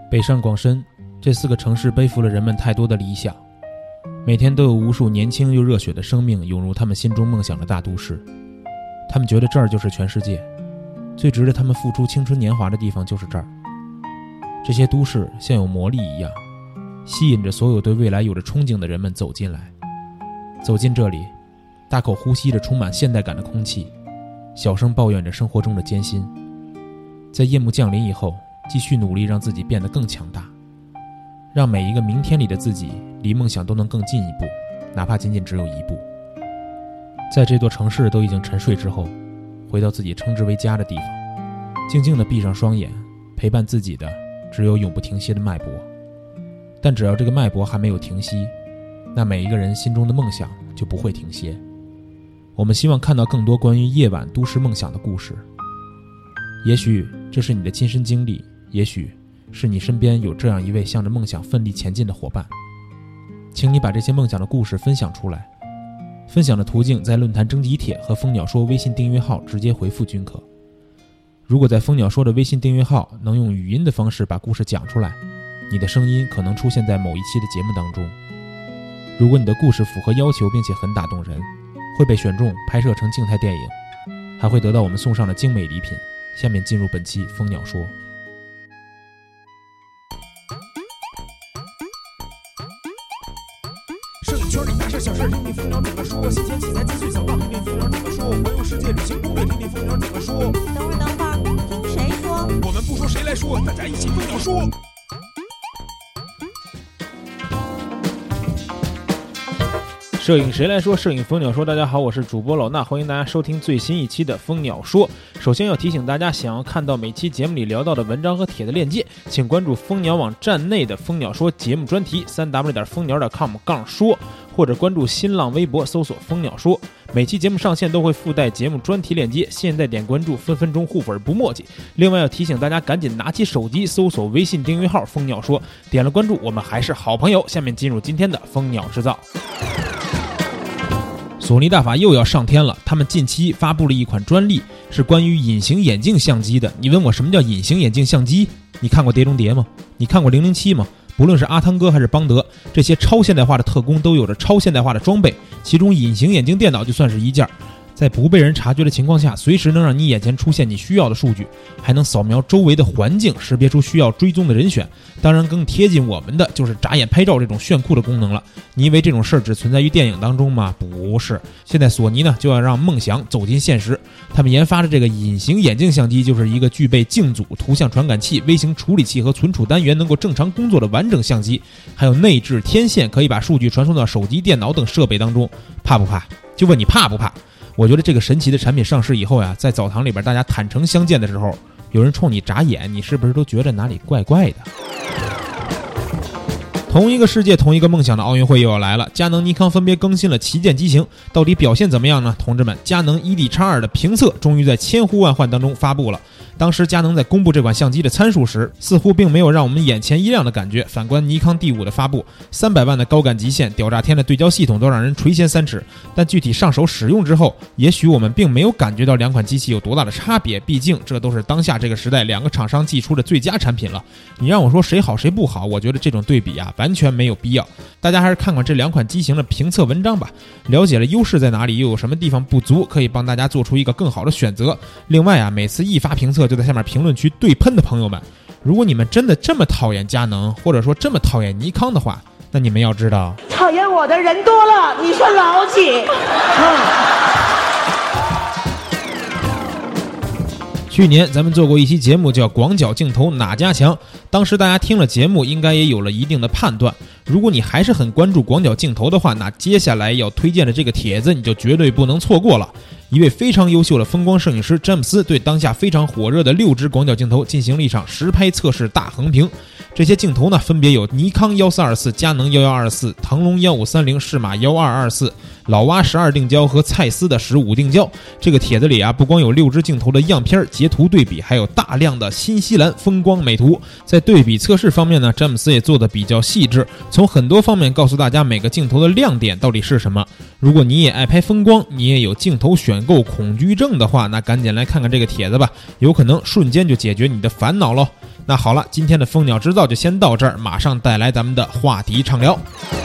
北上广深这4个城市背负了人们太多的理想，每天都有无数年轻又热血的生命涌入他们心中梦想的大都市。他们觉得这儿就是全世界，最值得他们付出青春年华的地方就是这儿。这些都市像有魔力一样，吸引着所有对未来有着憧憬的人们走进来。走进这里，大口呼吸着充满现代感的空气，小声抱怨着生活中的艰辛。在夜幕降临以后，继续努力让自己变得更强大，让每一个明天里的自己离梦想都能更进一步，哪怕仅仅只有一步。在这座城市都已经沉睡之后，回到自己称之为家的地方，静静地闭上双眼，陪伴自己的只有永不停歇的脉搏。但只要这个脉搏还没有停息，那每一个人心中的梦想就不会停歇。我们希望看到更多关于夜晚都市梦想的故事，也许这是你的亲身经历，也许是你身边有这样一位向着梦想奋力前进的伙伴。请你把这些梦想的故事分享出来，分享的途径在论坛征集帖和蜂鸟说微信订阅号直接回复均可。如果在蜂鸟说的微信订阅号能用语音的方式把故事讲出来，你的声音可能出现在某一期的节目当中。如果你的故事符合要求并且很打动人，会被选中拍摄成静态电影，还会得到我们送上的精美礼品。下面进入本期蜂鸟说。 摄影圈里大事小事，听听蜂鸟怎么说。新鲜器材资讯小道，听听蜂鸟怎么说。环游世界旅行攻略，听听蜂鸟怎么说。 等会儿，听谁说？ 我们不说谁来说，大家一起蜂鸟说。 摄影谁来说？摄影蜂鸟说。大家好，我是主播老衲，欢迎大家收听最新一期的蜂鸟说。首先要提醒大家，想要看到每期节目里聊到的文章和帖子链接，请关注蜂鸟网站内的蜂鸟说节目专题3w 蜂鸟 .com 说，或者关注新浪微博搜索蜂鸟说。每期节目上线都会附带节目专题链接，现在点关注，分分钟互粉不墨迹。另外要提醒大家赶紧拿起手机搜索微信订阅号蜂鸟说，点了关注我们还是好朋友。下面进入今天的蜂鸟制造。索尼大法又要上天了，他们近期发布了一款专利，是关于隐形眼镜相机的。你问我什么叫隐形眼镜相机？你看过碟中谍吗？你看过007吗？不论是阿汤哥还是邦德，这些超现代化的特工都有着超现代化的装备，其中隐形眼镜电脑就算是一件。在不被人察觉的情况下，随时能让你眼前出现你需要的数据，还能扫描周围的环境，识别出需要追踪的人选。当然更贴近我们的就是眨眼拍照这种炫酷的功能了。你以为这种事儿只存在于电影当中吗？不是，现在索尼呢就要让梦想走进现实。他们研发的这个隐形眼镜相机就是一个具备镜组、图像传感器、微型处理器和存储单元能够正常工作的完整相机，还有内置天线，可以把数据传送到手机、电脑等设备当中。怕不怕？就问你怕不怕？我觉得这个神奇的产品上市以后呀，在澡堂里边大家坦诚相见的时候，有人冲你眨眼，你是不是都觉得哪里怪怪的？同一个世界同一个梦想的奥运会又要来了，佳能尼康分别更新了旗舰机型，到底表现怎么样呢？同志们，佳能 ED-X2 的评测终于在千呼万唤当中发布了。当时佳能在公布这款相机的参数时，似乎并没有让我们眼前一亮的感觉。反观尼康 D5 的发布，300万的高感极限，屌炸天的对焦系统都让人垂涎三尺。但具体上手使用之后，也许我们并没有感觉到两款机器有多大的差别，毕竟这都是当下这个时代两个厂商寄出的最佳产品了。你让我说谁好谁不好，我觉得这种对比啊，完全没有必要。大家还是看看这两款机型的评测文章吧，了解了优势在哪里，又有什么地方不足，可以帮大家做出一个更好的选择。另外啊，每次一发评测就在下面评论区对喷的朋友们，如果你们真的这么讨厌佳能，或者说这么讨厌尼康的话，那你们要知道， 讨厌我的人多了，你说老几？ 去年咱们做过一期节目叫广角镜头哪家强，当时大家听了节目应该也有了一定的判断。如果你还是很关注广角镜头的话，那接下来要推荐的这个帖子你就绝对不能错过了。一位非常优秀的风光摄影师詹姆斯对当下非常火热的6支广角镜头进行了一场实拍测试大横评。这些镜头呢，分别有尼康1424、佳能1124、腾龙1530、适马1224、老蛙12定焦和蔡司的15定焦。这个帖子里啊，不光有6支镜头的样片截图对比，还有大量的新西兰风光美图。在对比测试方面呢，詹姆斯也做得比较细致，从很多方面告诉大家每个镜头的亮点到底是什么。如果你也爱拍风光，你也有镜头选选购恐惧症的话，那赶紧来看看这个帖子吧，有可能瞬间就解决你的烦恼咯。那好了，今天的蜂鸟之道就先到这儿，马上带来咱们的话题畅聊。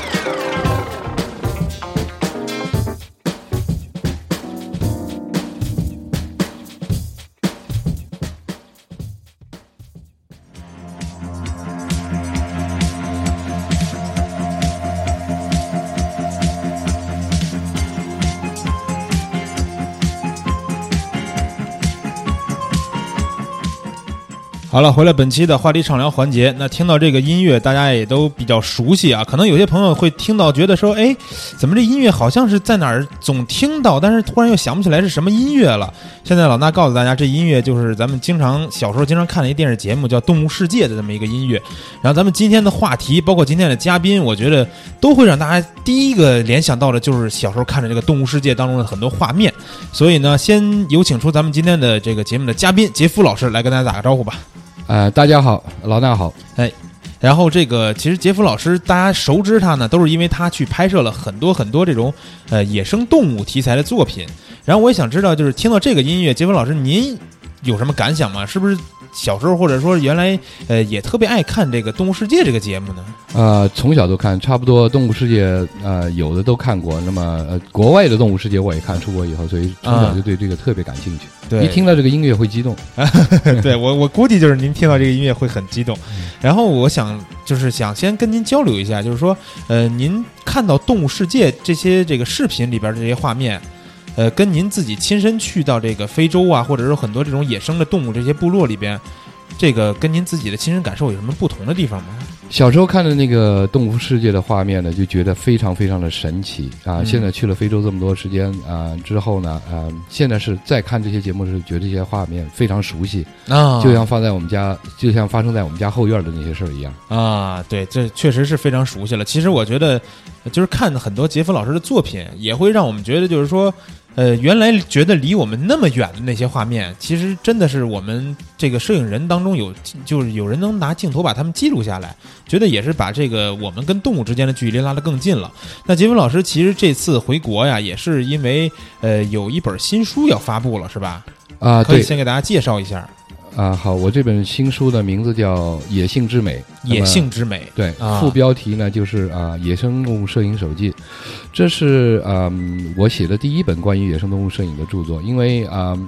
好了，回来本期的话题畅聊环节。那听到这个音乐，大家也都比较熟悉啊。可能有些朋友会听到，觉得说，哎，怎么这音乐好像是在哪儿总听到，但是突然又想不起来是什么音乐了。现在老衲告诉大家，这音乐就是咱们小时候经常看的一个电视节目，叫《动物世界》的这么一个音乐。然后咱们今天的话题，包括今天的嘉宾，我觉得都会让大家第一个联想到的就是小时候看着这个《动物世界》当中的很多画面。所以呢，先有请出咱们今天的这个节目的嘉宾杰夫老师来跟大家打个招呼吧。 大家好，老衲好。 然后这个其实杰夫老师大家熟知他呢，都是因为他去拍摄了很多这种野生动物题材的作品。然后我也想知道，就是听到这个音乐，杰夫老师您有什么感想吗？是不是小时候或者说原来也特别爱看这个《动物世界》这个节目呢？ 从小都看，差不多《动物世界》有的都看过。那么国外的《动物世界》我也看，出国以后，所以从小就对这个特别感兴趣。对，一听到这个音乐会激动。 对，我估计就是您听到这个音乐会很激动。然后我想先跟您交流一下，就是说您看到《动物世界》这个视频里边的这些画面。跟您自己亲身去到这个非洲啊，或者是很多这种野生的动物这些部落里边，这个跟您自己的亲身感受有什么不同的地方吗？ 小时候看的那个《动物世界》的画面呢，就觉得非常非常的神奇啊！现在去了非洲这么多时间之后呢，现在是再看这些节目是觉得这些画面非常熟悉啊，就像发生在我们家后院的那些事儿一样啊！对，这确实是非常熟悉了。其实我觉得，就是看很多杰夫老师的作品，也会让我们觉得，就是说。原来觉得离我们那么远的那些画面，其实真的是我们这个摄影人当中就是有人能拿镜头把它们记录下来，觉得也是把这个我们跟动物之间的距离拉得更近了。那杰夫老师其实这次回国呀，也是因为有一本新书要发布了，是吧？可以先给大家介绍一下。 好，我这本新书的名字叫《野性之美》。 野性之美， 对，副标题呢就是野生动物摄影手记。这是我写的第一本关于野生动物摄影的著作。因为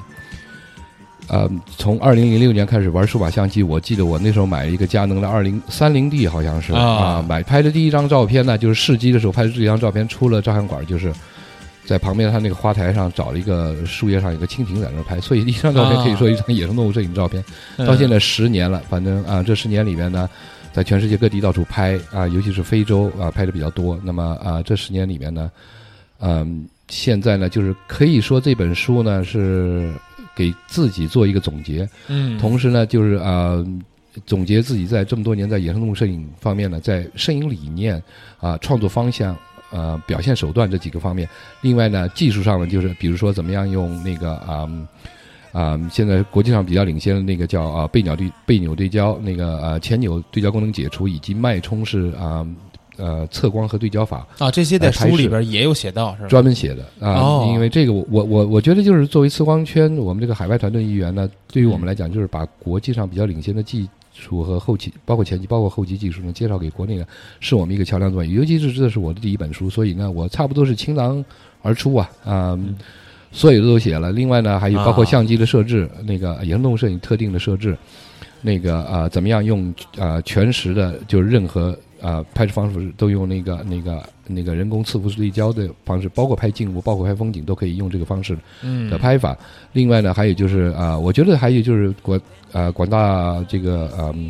从2006年开始玩数码相机，我记得我那时候买了一个佳能的2030D，好像是拍的第一张照片呢，就是试机的时候拍的这张照片，出了照相馆就是在旁边他那个花台上找了一个树叶上有个蜻蜓在那拍，所以第一张照片可以说一张野生动物摄影照片。到现在10年了，反正这10年里面呢，在全世界各地到处拍尤其是非洲拍的比较多。那么这10年里面呢，现在呢就是可以说这本书呢是给自己做一个总结，同时呢就是总结自己在这么多年在野生动物摄影方面呢，在摄影理念创作方向。表现手段这几个方面。另外呢，技术上呢，就是比如说怎么样用那个现在国际上比较领先的那个叫背扭对焦，那个前扭对焦功能解除，以及脉冲式测光和对焦法这些在书里边也有写到，是吧？ 专门写的因为这个我觉得就是作为刺光圈我们这个海外团队一员呢，对于我们来讲就是把国际上比较领先的技术和后期，包括前期包括后期技术呢介绍给国内呢，是我们一个桥梁作业。尤其是这是我的第一本书，所以呢我差不多是倾囊而出所有的都写了。另外呢还有包括相机的设置，那个野生动物摄影特定的设置，那个怎么样用全时的，就是任何拍摄方式都用那个人工次辐式对焦的方式，包括拍静物包括拍风景都可以用这个方式的拍法。另外呢还有就是我觉得还有就是广大这个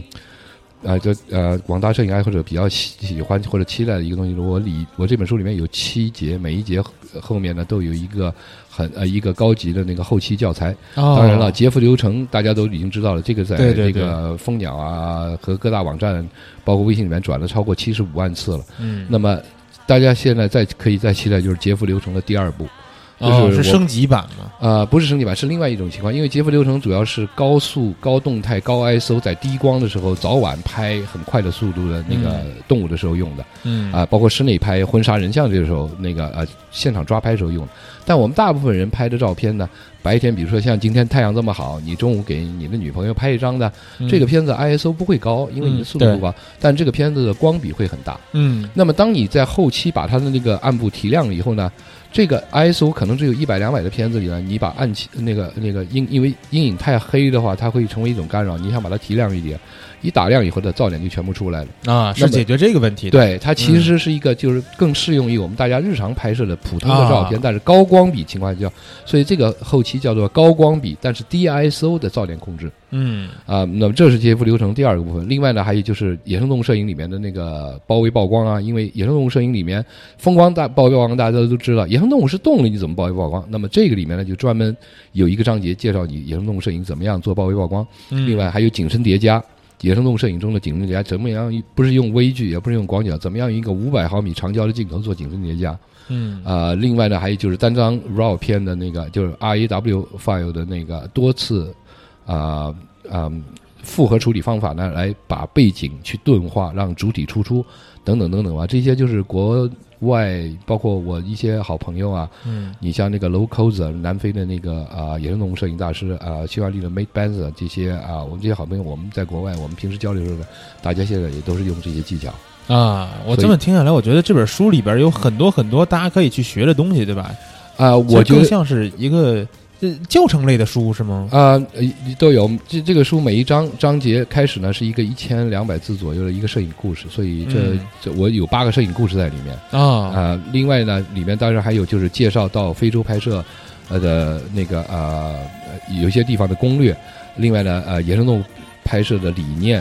广大摄影爱好者比较喜欢或者期待的一个东西，我这本书里面有7节，每一节后面呢都有一个一个高级的那个后期教材。当然了，杰夫流程大家都已经知道了，这个在这个蜂鸟和各大网站包括微信里面转了超过75万次了。那么大家现在可以再期待就是杰夫流程的第2部就是升级版吗？ 不是升级版，是另外一种情况。因为杰夫流程主要是高速、高动态、高 ISO， 在低光的时候早晚拍很快的速度的那个动物的时候用的。包括室内拍婚纱人像这个时候那个现场抓拍时候用的。但我们大部分人拍的照片呢，白天比如说像今天太阳这么好，你中午给你的女朋友拍一张的，这个片子 ISO 不会高，因为你的速度不高，但这个片子的光比会很大。那么当你在后期把它的那个暗部提亮了以后呢，这个 ISO 可能只有100、200的片子里呢，你把暗器那个因为阴影太黑的话，它会成为一种干扰。你想把它提亮一点，一打亮以后的噪点就全部出来了是解决这个问题的。 对，它其实是一个就是更适用于我们大家日常拍摄的普通的照片，但是高光比情况下，所以这个后期叫做高光比，但是低 ISO 的噪点控制。那么这是杰夫流程第二个部分。另外呢，还有就是野生动物摄影里面的那个包围曝光因为野生动物摄影里面风光包围曝光大家都知道，野生动物是动了，你怎么包围曝光？那么这个里面呢，就专门有一个章节介绍你野生动物摄影怎么样做包围曝光。另外还有景深叠加，野生动物摄影中的景深叠加怎么样，不是用微距，也不是用广角，怎么样用一个500毫米长焦的镜头做景深叠加。另外呢，还有就是单张 RAW 片的那个，就是 RAW file 的那个多次复合处理方法呢，来把背景去钝化，让主体突出，等等等等这些就是国外包括我一些好朋友你像那个 Low Koza 南非的那个野生动物摄影大师匈牙利的 Mate Benza 这些我们这些好朋友，我们在国外我们平时交流的时候，大家现在也都是用这些技巧我这么听下来，我觉得这本书里边有很多很多大家可以去学的东西，对吧？我觉得更像是一个教程类的书是吗？ 都有。这个书每一章节开始呢是一个1200字左右的一个摄影故事，所以这我有8个摄影故事在里面另外呢，里面当然还有就是介绍到非洲拍摄的那个有一些地方的攻略。另外呢，野生动物拍摄的理念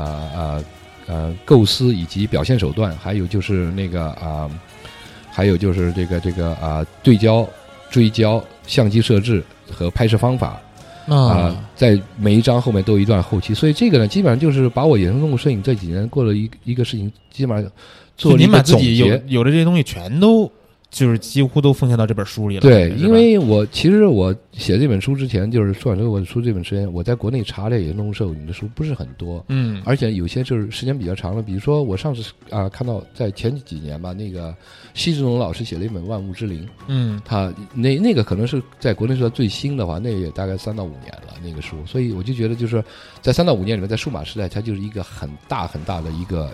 构思以及表现手段，还有就是那个还有就是这个对焦、追焦、相机设置和拍摄方法在每一章后面都有一段后期。所以这个呢，基本上就是把我野生动物摄影这几年过了一个事情，基本上做了一个总结。 您把自己有的这些东西全都就是几乎都奉献到这本书里了。 对，因为其实我写这本书之前，就是出版社我出这本时间，我在国内查这野生动物摄影的书不是很多，而且有些就是时间比较长了。比如说我上次看到在前几年吧，那个奚志龙老师写了一本《万物之灵》，他那个可能是在国内说最新的话，那也大概3到5年了那个书，所以我就觉得就是在3到5年里面，在数码时代，它就是一个很大很大的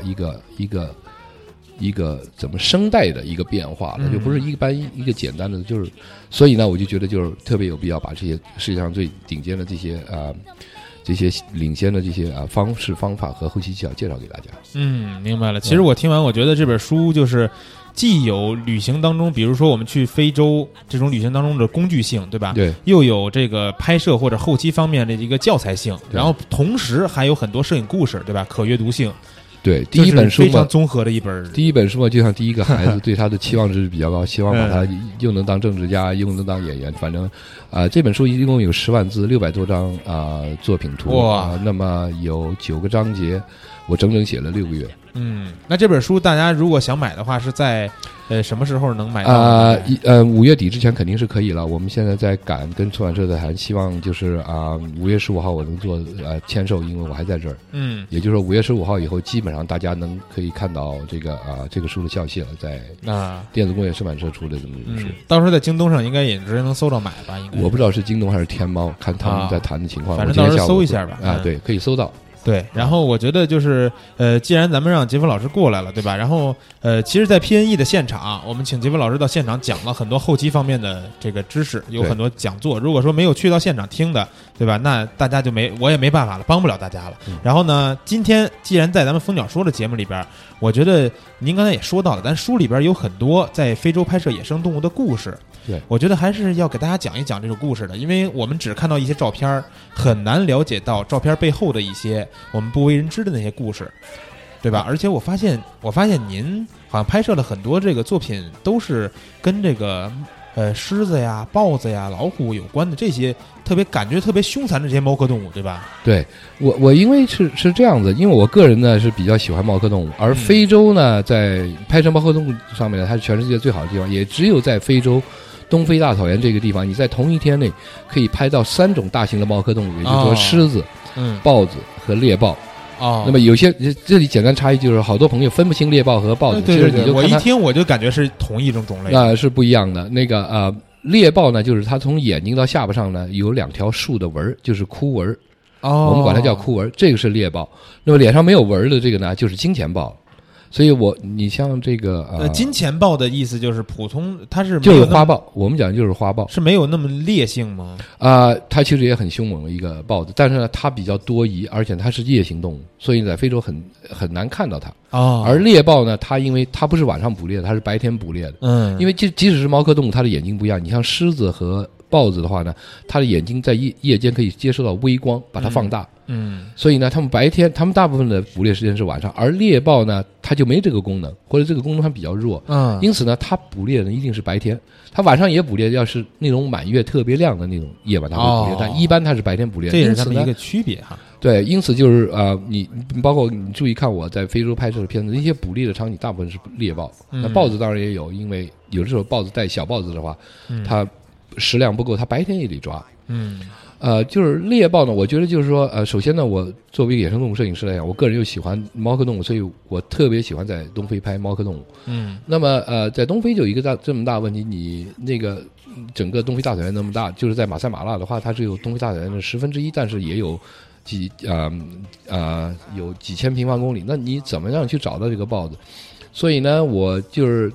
一个怎么声带的一个变化了，就不是一般一个简单的，就是所以呢，我就觉得就是特别有必要把这些世界上最顶尖的这些这些领先的这些方式方法和后期技巧介绍给大家。 明白了。其实我听完，我觉得这本书就是既有旅行当中，比如说我们去非洲这种旅行当中的工具性，对吧？ 对。 又有这个拍摄或者后期方面的一个教材性，然后同时还有很多摄影故事，对吧？可阅读性。 对，第一本书非常综合的一本。 第一本书嘛，就像第一个孩子，对他的期望值比较高，希望把他又能当政治家，又能当演员，反正这本书一共有10万字，600多张作品图那么有9个章节，我整整写了6个月。 那这本书大家如果想买的话，是在什么时候能买到 ？5月底之前肯定是可以了。我们现在在赶，跟出版社在谈，希望就是5月15号我能做签售，因为我还在这儿。也就是说5月15号以后，基本上大家可以看到这个书的消息了，在电子工业出版社出的这么一本书。 到时候在京东上应该也直接能搜到买吧？应该我不知道是京东还是天猫，看他们在谈的情况。 反正到时候搜一下吧。 对，可以搜到。 对，然后我觉得就是既然咱们让杰夫老师过来了，对吧？然后其实，在 PNE 的现场，我们请杰夫老师到现场讲了很多后期方面的这个知识，有很多讲座。如果说没有去到现场听的，对吧？那大家就我也没办法了，帮不了大家了。然后呢，今天既然在咱们蜂鸟说的节目里边，我觉得您刚才也说到了，咱书里边有很多在非洲拍摄野生动物的故事。 对， 我觉得还是要给大家讲一讲这种故事的，因为我们只看到一些照片，很难了解到照片背后的一些我们不为人知的那些故事，对吧？而且我发现您好像拍摄了很多这个作品，都是跟这个狮子呀、豹子呀、老虎有关的这些感觉特别凶残的这些猫科动物，对吧？ 对，我因为是这样子，因为我个人呢是比较喜欢猫科动物，而非洲呢在拍摄猫科动物上面呢，它是全世界最好的地方，也只有在非洲东非大草原这个地方，你在同一天内可以拍到3种大型的猫科动物，也就是说狮子、豹子和猎豹。那么有些这里简单差异就是好多朋友分不清猎豹和豹子， 对对对， 其实你就看我一听我就感觉是同一种种类， 是不一样的。那个猎豹呢，就是它从眼睛到下巴上呢有2条竖的纹，就是箍纹。我们管它叫箍纹，这个是猎豹。那么脸上没有纹的这个呢，就是金钱豹。所以你像这个金钱豹的意思就是普通，它是就是花豹，我们讲就是花豹， 是没有那么烈性吗？ 它其实也很凶猛的一个豹子，但是呢，它比较多疑，而且它是夜行动物，所以在非洲很难看到它。而猎豹呢，它因为它不是晚上捕猎的，它是白天捕猎的。因为即使是猫科动物，它的眼睛不一样。你像狮子和豹子的话呢，它的眼睛在夜间可以接受到微光，把它放大。所以呢，他们大部分的捕猎时间是晚上，而猎豹呢，它就没这个功能，或者这个功能还比较弱。因此呢，它捕猎呢一定是白天，它晚上也捕猎，要是那种满月特别亮的那种夜晚，它会捕猎，但一般它是白天捕猎。 这也是他们一个区别哈。 对，因此就是你包括你注意看我在非洲拍摄的片子，那些捕猎的场景大部分是猎豹。那豹子当然也有，因为有的时候豹子带小豹子的话，它食量不够，它白天也得抓。就是猎豹呢，我觉得就是说，首先呢，我作为一个野生动物摄影师来讲，我个人又喜欢猫科动物，所以我特别喜欢在东非拍猫科动物。那么在东非就有一个这么大问题，你那个整个东非大草原那么大，就是在马赛马拉的话，它只有东非大草原的1/10，但是也有有几千平方公里，那你怎么样去找到这个豹子？所以呢，我就是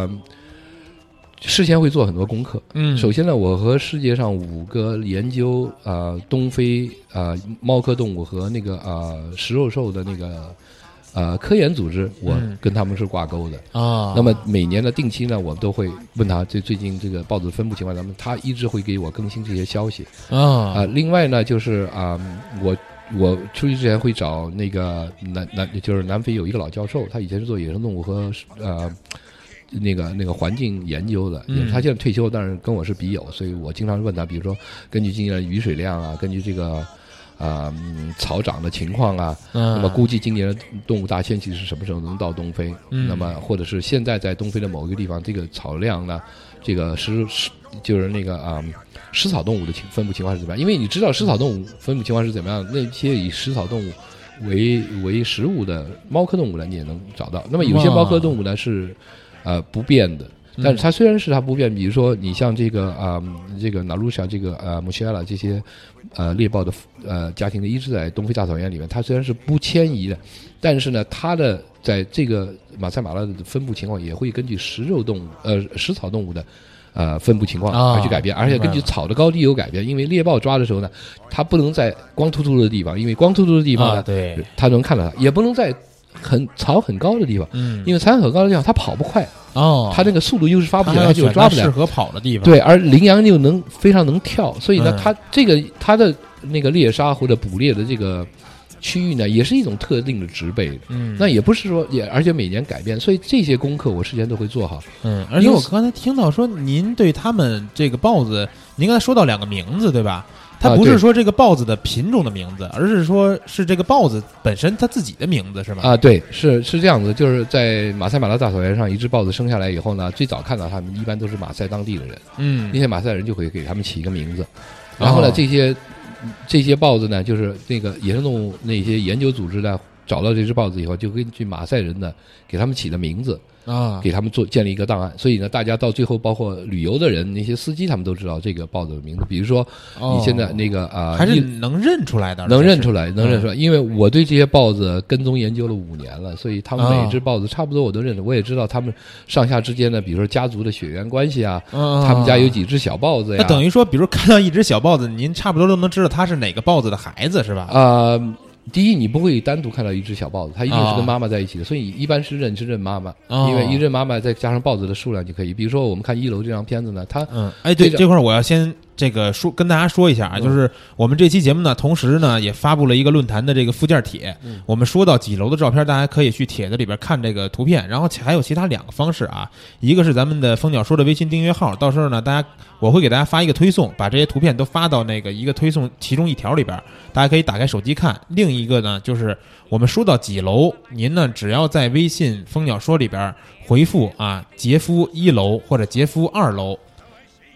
事先会做很多功课。首先呢，我和世界上5个研究东非猫科动物和那个食肉兽的那个科研组织，我跟他们是挂钩的。那么每年的定期呢，我都会问他最近这个豹子分布情况，他一直会给我更新这些消息。另外呢，就是我出去之前会找那个就是南非有一个老教授，他以前是做野生动物和那个环境研究的，他现在退休，但是跟我是笔友，所以我经常问他，比如说根据今年的雨水量啊，根据这个草长的情况啊，那么估计今年的动物大迁徙是什么时候能到东非？那么或者是现在在东非的某一个地方，这个草量呢，这个就是那个食草动物的分布情况是怎么样？因为你知道食草动物分布情况是怎么样，那些以食草动物为食物的猫科动物呢，你也能找到。那么有些猫科动物呢是不变的，但是它虽然是它不变，比如说你像这个纳鲁夏这个穆谢拉这些猎豹的家庭的一直在东非大草原里面，它虽然是不迁移的，但是呢，它的在这个马赛马拉的分布情况也会根据食草动物的分布情况而去改变，而且根据草的高低有改变。因为猎豹抓的时候呢，它不能在光秃秃的地方，因为光秃秃的地方呢， 对， 它能看到它，也不能在草很高的地方，因为草很高的地方它跑不快，它那个速度又是发不起来，就抓不了适合跑的地方。 对，而羚羊又非常能跳，所以呢，它的那个猎杀或者捕猎的这个区域呢，也是一种特定的植被。那也不是说而且每年改变，所以这些功课我事先都会做好。 而且我刚才听到说，您对他们这个豹子，您刚才说到2个名字，对吧？它不是说这个豹子的品种的名字，而是说是这个豹子本身它自己的名字，是吗？ 对，是这样子。就是在马赛马拉大草原上，一只豹子生下来以后呢，最早看到它们一般都是马赛当地的人。那些马赛人就会给他们起一个名字，然后呢，这些豹子呢，就是那个野生动物那些研究组织呢，找到这只豹子以后，就根据马赛人呢给他们起的名字。给他们建立一个档案，所以呢，大家到最后，包括旅游的人，那些司机，他们都知道这个豹子的名字。比如说，你现在那个还是能认出来的， 能认出来。因为我对这些豹子跟踪研究了5年了，所以他们每一只豹子差不多我都认识。我也知道他们上下之间的，比如说家族的血缘关系啊，他们家有几只小豹子呀。 那等于说，比如看到一只小豹子，您差不多都能知道它是哪个豹子的孩子，是吧？ 第一，你不会单独看到一只小豹子，它一定是跟妈妈在一起的，所以一般是认妈妈，因为一认妈妈再加上豹子的数量就可以。比如说我们看1楼这张片子呢，它对这块我要先这个跟大家说一下啊，就是我们这期节目呢，同时呢也发布了一个论坛的这个附件帖，我们说到几楼的照片，大家可以去帖子里边看这个图片，然后还有其他2个方式啊，一个是咱们的蜂鸟说的微信订阅号，到时候呢我会给大家发一个推送，把这些图片都发到那个一个推送其中1条里边，大家可以打开手机看。另一个呢，就是我们说到几楼，您呢只要在微信蜂鸟说里边回复杰夫1楼或者杰夫2楼，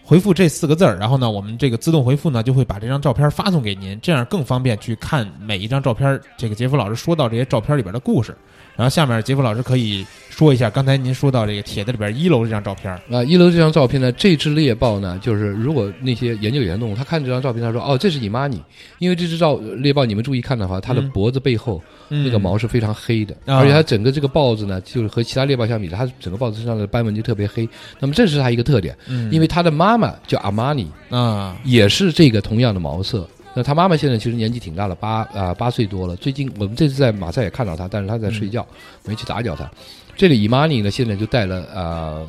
回复这4个字儿，然后呢，我们这个自动回复呢就会把这张照片发送给您，这样更方便去看每一张照片。这个杰夫老师说到这些照片里边的故事，然后下面杰夫老师可以说一下刚才您说到这个帖子里边1楼这张照片。 1楼这张照片呢，这只猎豹呢，就是如果那些研究野生动物，他看这张照片，他说哦，这是伊玛尼，因为这只猎豹你们注意看的话，它的脖子背后那个毛是非常黑的，而且它整个这个豹子呢，就是和其他猎豹相比，它整个豹子身上的斑纹就特别黑。那么这是它一个特点，因为它的妈妈叫阿玛尼也是这个同样的毛色。那他妈妈现在其实年纪挺大了，8岁多了。最近我们这次在马赛也看到他，但是他在睡觉，没去打搅他。这里伊玛尼呢，现在就带了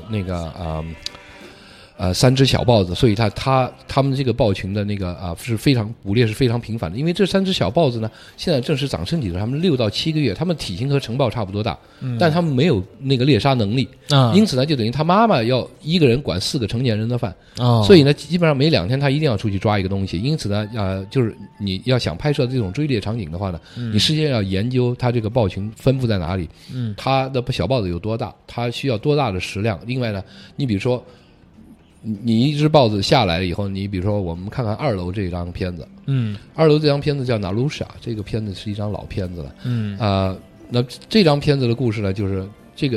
3只小豹子，所以他们这个豹群的那个是非常捕猎是非常频繁的，因为这3只小豹子呢，现在正是长身体的时候，他们6到7个月，他们体型和成豹差不多大，但他们没有那个猎杀能力，因此呢，就等于他妈妈要一个人管4个成年人的饭，所以呢，基本上每2天他一定要出去抓一个东西，因此呢，就是你要想拍摄这种追猎场景的话呢，你事先要研究它这个豹群分布在哪里，它的小豹子有多大，它需要多大的食量，另外呢，你比如说。你一只豹子下来了以后，你比如说我们看看2楼这张片子，2楼这张片子叫《纳鲁莎》，这个片子是一张老片子了，那这张片子的故事呢，就是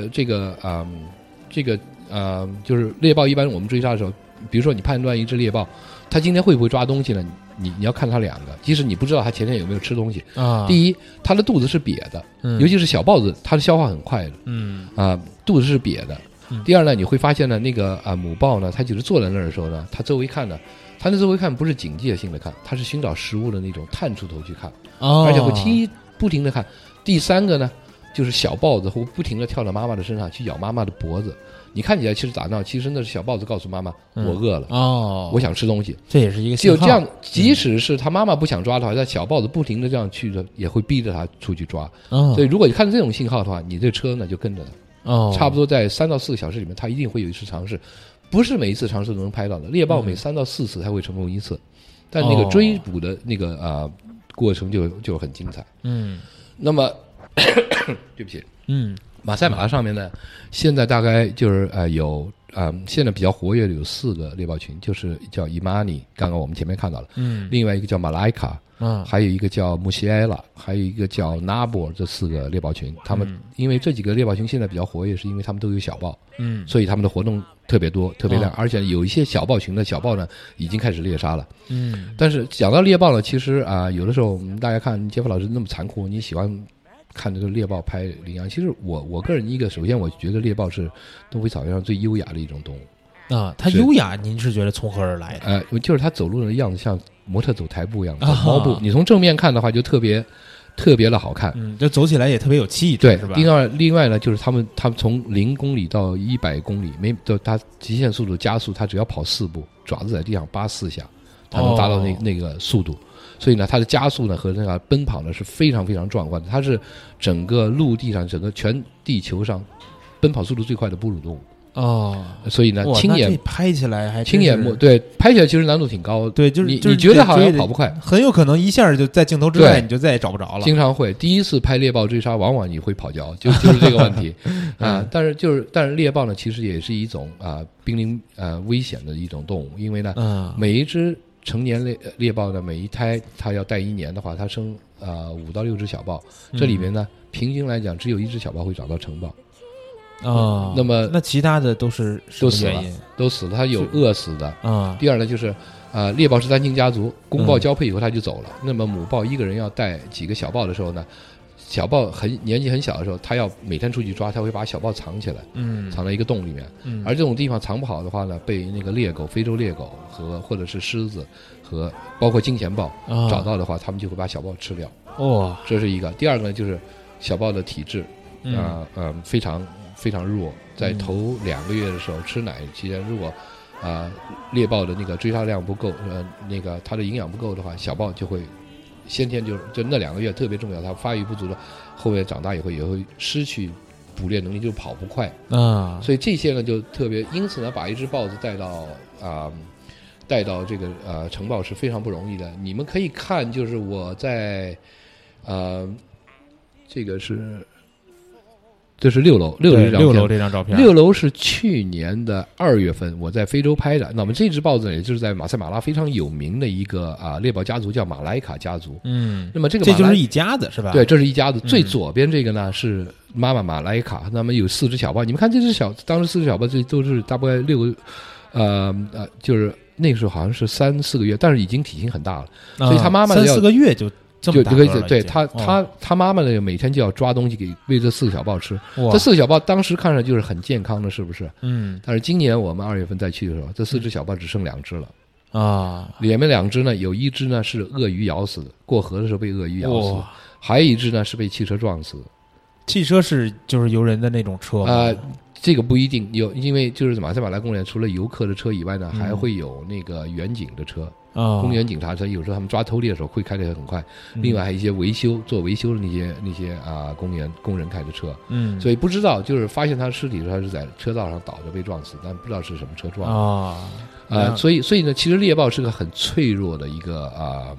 就是猎豹一般我们追杀的时候，比如说你判断一只猎豹，它今天会不会抓东西呢？你要看它2个，即使你不知道它前天有没有吃东西第一，它的肚子是瘪的，尤其是小豹子，它的消化很快的，肚子是瘪的。第二呢，你会发现呢，那个母豹呢，它就是坐在那儿的时候呢，它周围看呢，它的周围看不是警戒性的看，它是寻找食物的那种探出头去看，而且会不停的看。第3个呢，就是小豹子会不停的跳到妈妈的身上去咬妈妈的脖子。你看起来其实打闹，其实那是小豹子告诉妈妈，我饿了，我想吃东西。 这也是一个信号。 就这样，即使是他妈妈不想抓的话，但小豹子不停的这样去的，也会逼着他出去抓。所以如果你看到这种信号的话，你这车呢就跟着他。差不多在3到4个小时里面，他一定会有一次尝试，不是每一次尝试都能拍到的。猎豹每3到4次才会成功1次，但那个追捕的那个过程就很精彩。那么对不起，马赛马拉上面呢，现在大概就是有现在比较活跃的有4个猎豹群，就是叫伊玛尼，刚刚我们前面看到了，另外一个叫马莱卡。还有一个叫穆西埃拉，还有一个叫纳波，这4个猎豹群，他们因为这几个猎豹群现在比较活跃，是因为他们都有小豹，所以他们的活动特别多，特别亮，而且有一些小豹群的小豹呢，已经开始猎杀了。但是讲到猎豹呢，其实有的时候我们大家看杰夫老师那么残酷，你喜欢看这个猎豹拍羚羊，其实我个人首先我觉得猎豹是东非草原上最优雅的一种动物。 它优雅，您是觉得从何而来的？ 就是它走路的样子像模特走台步一样，猫步。你从正面看的话，就特别的好看， 就走起来也特别有气质， 对， 是吧？ 另外呢，就是他们从0公里到100公里，它极限速度加速，它只要跑4步，爪子在地上扒4下，它能达到那个速度。所以呢，它的加速呢和那个奔跑呢是非常非常壮观的。它是整个陆地上、整个全地球上奔跑速度最快的哺乳动物。所以呢，亲眼拍起来还亲眼对，拍起来其实难度挺高的。 对，就是你觉得好像跑不快， 很有可能一下就在镜头之外，你就再也找不着了。 经常会第一次拍猎豹追杀，往往你会跑焦，就是这个问题但是猎豹呢，其实也是一种濒临危险的一种动物，因为呢，每一只成年猎豹的每一胎，它要带1年的话，它生5到6只小豹，这里面呢，平均来讲，只有1只小豹会长到成豹。那么其他的都是都死了，它有饿死的第二呢，就是猎豹是单亲家族，公豹交配以后它就走了。那么母豹一个人要带几个小豹的时候呢，小豹年纪很小的时候，它要每天出去抓，它会把小豹藏起来，藏在一个洞里面。而这种地方藏不好的话呢，被那个猎狗、非洲猎狗或者是狮子和包括金钱豹找到的话，他们就会把小豹吃掉。这是一个。第二个呢，就是小豹的体质非常非常弱，在头2个月的时候吃奶期间，如果猎豹的那个追杀量不够，那个它的营养不够的话，小豹就会先天就那2个月特别重要，它发育不足了，后面长大以后也会失去捕猎能力，就跑不快所以这些呢就特别，因此呢，把一只豹子带到这个成豹是非常不容易的。你们可以看，就是我在这个是这是6楼 6楼这张照片。 6楼是去年的2月份我在非洲拍的。那么这只豹子也就是在马赛马拉非常有名的一个猎豹家族，叫马莱卡家族。那么这就是一家子是吧？ 对，这是一家子。最左边这个呢是妈妈马莱卡，那么有4只小豹。你们看这只当时4只小豹，这都是大概就是那个时候好像是3、4个月，但是已经体型很大了，所以他妈妈 3、4个月就这么大个了。 对他妈妈呢每天就要抓东西给喂这4个小豹吃。这4个小豹当时看上就是很健康的，是不是？但是今年我们2月份再去的时候，这4只小豹只剩2只了里面2只呢，有1只呢是鳄鱼咬死的，过河的时候被鳄鱼咬死，还有1只呢是被汽车撞死的。 汽车是就是游人的那种车吗？ 这个不一定有，因为就是马赛马拉公园除了游客的车以外呢，还会有那个远警的车，公园警察车，有时候他们抓偷猎的时候会开得很快。另外还有一些做维修的那些工人开的车，所以不知道，就是发现他尸体的时候他是在车道上倒着被撞死，但不知道是什么车撞所以呢，其实猎豹是个很脆弱的一个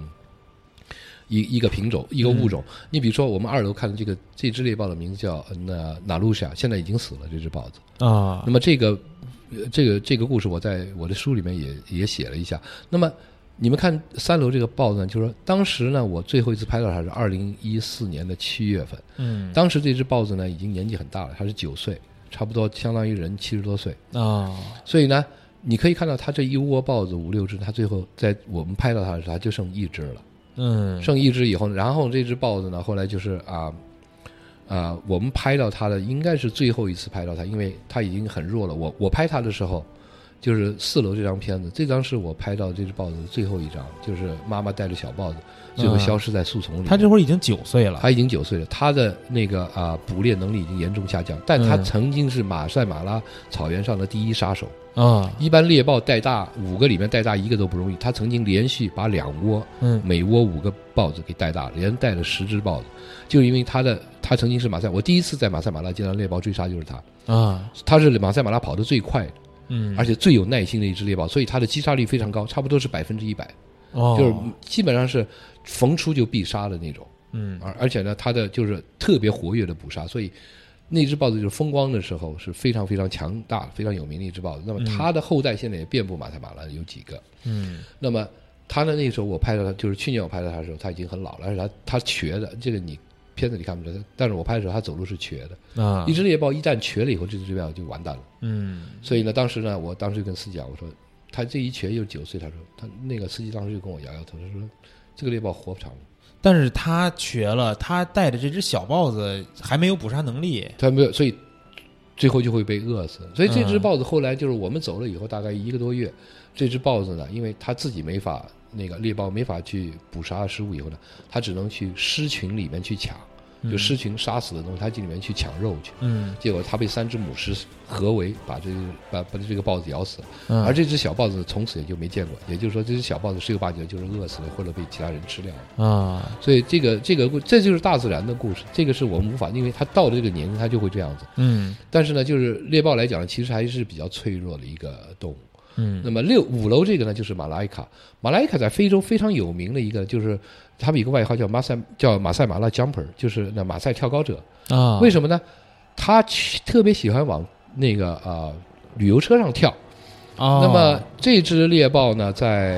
一个品种，一个物种。你比如说我们2楼看的这只猎豹的名字叫纳鲁夏，现在已经死了这只豹子那么这个故事我在我的书里面也写了一下。那么你们看3楼这个豹子呢，就是说当时呢我最后一次拍到它是2014年的7月份。当时这只豹子呢已经年纪很大了，它是9岁，差不多相当于人70多岁所以呢你可以看到它这一窝豹子5、6只，它最后在我们拍到它的时候它就剩1只了。剩1只以后，然后这只豹子呢，后来就是我们拍到它的应该是最后一次拍到它，因为它已经很弱了。我拍它的时候，就是4楼这张片子，这张是我拍到这只豹子的最后一张，就是妈妈带着小豹子最后消失在树丛里。 它这会儿已经9岁了， 它已经9岁了，它的那个捕猎能力已经严重下降，但它曾经是马赛马拉草原上的第一杀手。一般猎豹带大5个里面带大1个都不容易，他曾经连续把2窝，每窝5个豹子给带大了，连带了10只豹子，就因为他曾经是我第一次在马赛马拉见到猎豹追杀就是他是马赛马拉跑得最快的，而且最有耐心的一只猎豹，所以他的击杀率非常高，差不多是100%，就是基本上是逢出就必杀的那种，而且呢，他的就是特别活跃的捕杀，所以。那只豹子就是风光的时候是非常非常强大、非常有名的一只豹子。那么它的后代现在也遍布马赛马拉，有几个。那么它呢？那个时候我拍到它，就是去年我拍到它的时候，它已经很老了，而且它瘸的。这个你片子里看不出来，但是我拍的时候它走路是瘸的。一只猎豹一旦瘸了以后，这只猎豹就完蛋了。所以呢，我当时就跟司机讲，我说它这一瘸又9岁，他说他那个司机当时就跟我摇摇头，他说这个猎豹活不长了。 但是他瘸了，他带的这只小豹子还没有捕杀能力， 他没有，所以最后就会被饿死。所以这只豹子后来就是我们走了以后，大概1个多月，这只豹子呢，因为它自己没法猎豹没法去捕杀食物以后呢，它只能去狮群里面去抢，就狮群杀死的东西，它进里面去抢肉去。结果它被3只母狮合围，把这个豹子咬死了。而这只小豹子从此也就没见过，也就是说，这只小豹子10有8九就是饿死了，或者被其他人吃掉了。所以这就是大自然的故事，这个是我们无法，因为它到了这个年龄，它就会这样子。但是呢，就是猎豹来讲，其实还是比较脆弱的一个动物。那么5楼这个呢，就是马莱卡。马莱卡在非洲非常有名的一个，就是他们有个外号叫马赛马拉 jumper， 就是那马赛跳高者。为什么呢？他特别喜欢往那个旅游车上跳。那么这只猎豹呢，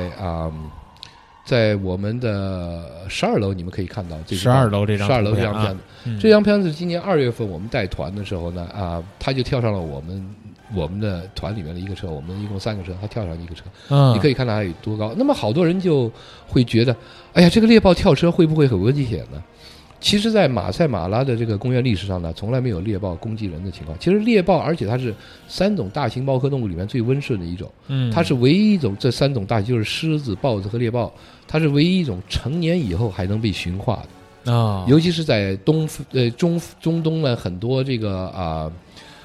在我们的12楼，你们可以看到 12楼这张片子。这张片子今年2月份我们带团的时候呢，他就跳上了我们的团里面的一个车，我们一共3个车，他跳上一个车，你可以看到它有多高。那么好多人就会觉得，哎呀，这个猎豹跳车会不会很危险呢？其实，在马赛马拉的这个公园历史上呢，从来没有猎豹攻击人的情况。其实猎豹，而且它是3种大型猫科动物里面最温顺的一种。它是唯一一种，这3种大型就是狮子、豹子和猎豹，它是唯一一种成年以后还能被驯化的。尤其是在中东呢，很多这个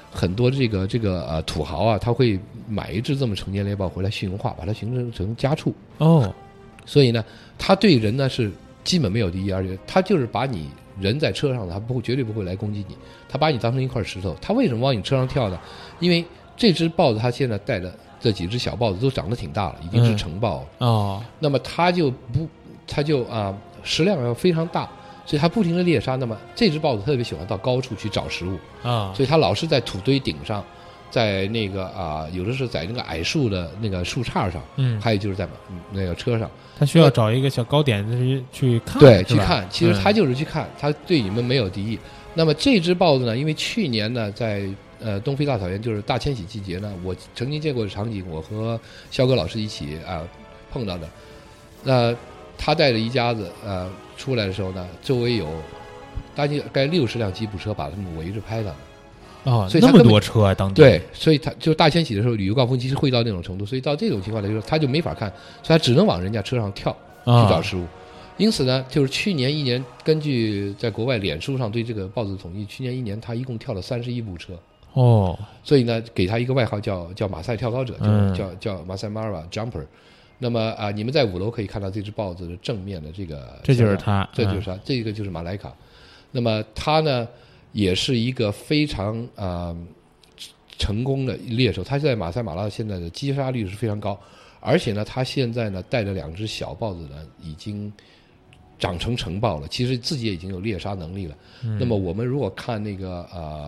土豪啊，他会买一只这么成年猎豹回来驯化，把它驯成家畜。所以呢，他对人呢是基本没有敌意，而且他就是把你人在车上，他绝对不会来攻击你，他把你当成一块石头。他为什么往你车上跳呢？因为这只豹子它现在带的这几只小豹子都长得挺大了，已经是成豹了。那么它就食量要非常大， 所以它不停的猎杀。那么这只豹子特别喜欢到高处去找食物啊， 所以它老是在土堆顶上，在那个有的是在那个矮树的那个树杈上，还有就是在那个车上， 它需要找一个小高点去看， 对，去看。其实它就是去看，它对你们没有敌意。那么这只豹子呢，因为去年呢在东非大草原就是大迁徙季节呢，我曾经见过的场景，我和肖哥老师一起碰到的。那他带着一家子出来的时候呢，周围有大概60辆吉普车把他们围着拍的。所以那么多车啊，当地对，所以他就大迁徙的时候，旅游高峰期是会到那种程度，所以到这种情况来说，他就没法看，所以他只能往人家车上跳去找食物。因此呢，就是去年1年，根据在国外脸书上对这个豹子的统计，去年1年他一共跳了31部车。所以呢，给他一个外号叫马赛跳高者，叫马赛马尔瓦 jumper。那么你们在5楼可以看到这只豹子的正面的这个， 这就是它， 这就是它，这个就是马莱卡。那么它呢，也是一个非常成功的猎手，他在马赛马拉现在的击杀率是非常高，而且呢，他现在呢带着2只小豹子呢，已经长成成豹了，其实自己也已经有猎杀能力了。那么我们如果看那个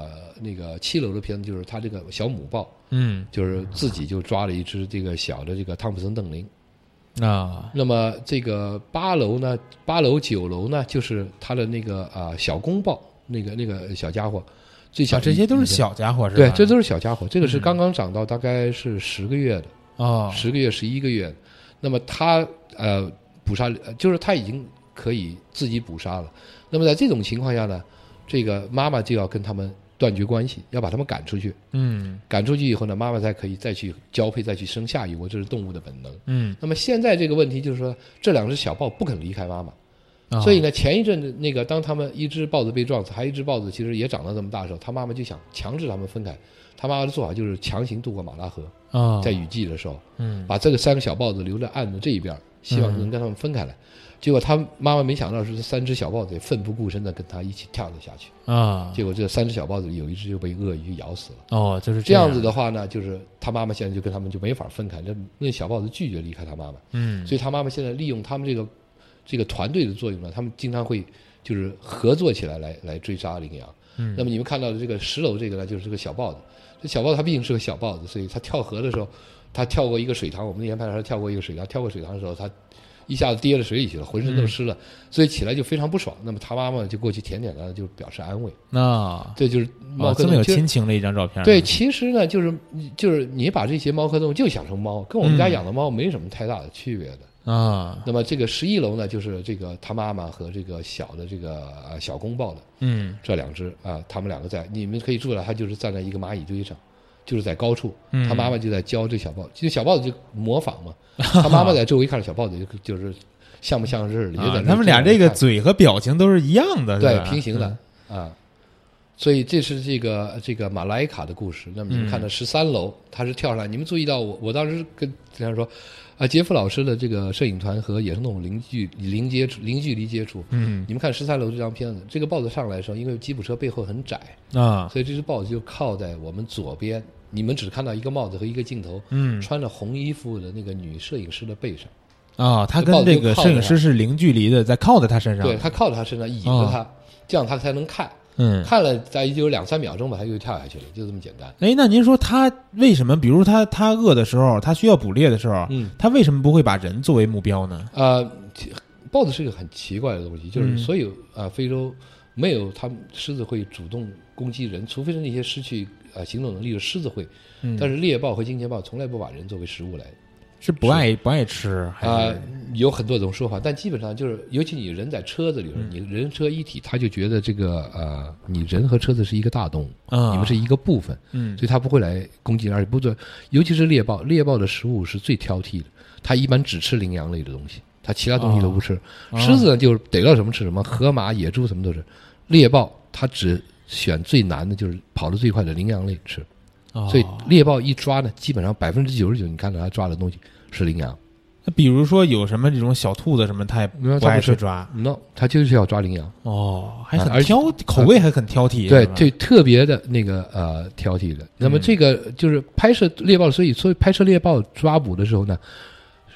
7楼的片子，就是他这个小母豹，就是自己就抓了一只这个小的这个汤普森邓林。那么这个8楼呢，8楼9楼呢，就是他的那个小公豹，那个小家伙。最小这些都是小家伙是吧？ 对，这都是小家伙。这个是刚刚长到大概是10个月的10个月11个月。那么他捕杀，就是他已经可以自己捕杀了。那么在这种情况下呢，这个妈妈就要跟他们断绝关系，要把他们赶出去。赶出去以后呢，妈妈才可以再去交配，再去生下一窝，这是动物的本能。那么现在这个问题就是说，这2只小豹不肯离开妈妈。所以呢，前一阵子那个当他们一只豹子被撞死，还有一只豹子其实也长到这么大的时候，他妈妈就想强制他们分开。他妈妈的做法就是强行渡过马拉河，在雨季的时候，把这个3个小豹子留在岸的这一边，希望能跟他们分开来。结果他妈妈没想到是这3只小豹子也奋不顾身的跟他一起跳了下去结果这3只小豹子有一只就被鳄鱼咬死了。 就是这样子的话呢，就是他妈妈现在就跟他们就没法分开，那小豹子拒绝离开他妈妈。所以他妈妈现在利用他们这个团队的作用呢，他们经常会就是合作起来来追杀羚羊。那么你们看到的这个10楼这个呢，就是这个小豹子。这小豹子它毕竟是个小豹子，所以它跳河的时候，它跳过一个水塘。我们那天拍到它跳过一个水塘，跳过水塘的时候，它一下子跌了水里去了，浑身都湿了，所以起来就非常不爽。那么他妈妈就过去舔舔它，就表示安慰。这就是猫科动物， 这么有亲情的一张照片。 对，其实呢，就是你把这些猫科动物就想成猫，跟我们家养的猫没什么太大的区别的。那么这个11楼呢，就是这个他妈妈和这个小的这个小公豹的，这2只他们2个在，你们可以注意到，他就是站在一个蚂蚁堆上，就是在高处，他妈妈就在教这小豹，其实小豹子就模仿嘛，他妈妈在周围看着小豹子就是像不像是他们俩这个嘴和表情都是一样的， 对，平行的所以这是这个马莱卡的故事。那么你们看到13楼，他是跳上来，你们注意到我当时跟他说。杰夫老师的这个摄影团和野生动物零距离接触。你们看13楼这张片子，这个豹子上来的时候，因为吉普车背后很窄所以这只豹子就靠在我们左边，你们只看到一个帽子和一个镜头，穿着红衣服的那个女摄影师的背上。 他跟这个摄影师是零距离的，在靠在他身上。 对，他靠在他身上，引着他，这样他才能看。看了大概就有2-3秒钟吧，他又跳下去了，就这么简单。 那您说他为什么，比如他饿的时候，他需要捕猎的时候，他为什么不会把人作为目标呢？ 豹子是一个很奇怪的东西，就是所有非洲没有他们狮子会主动攻击人，除非是那些失去行动能力的狮子会，但是猎豹和金钱豹从来不把人作为食物来。 是不爱吃有很多种说法，但基本上就是，尤其你人在车子里边，你人车一体，他就觉得这个你人和车子是一个大动物，你们是一个部分，所以他不会来攻击，而且不做。尤其是猎豹的食物是最挑剔的，他一般只吃羚羊类的东西，他其他东西都不吃。狮子呢，就逮到什么吃什么，河马、野猪什么都是。猎豹他只选最难的，就是跑得最快的羚羊类吃。所以猎豹一抓呢，基本上99%你看到他抓的东西是羚羊。 那比如说有什么这种小兔子什么，他也不爱去抓。 他就是要抓羚羊。 还很口味还很挑剔。 对，特别的那个挑剔的。那么这个就是拍摄猎豹，所以拍摄猎豹抓捕的时候呢，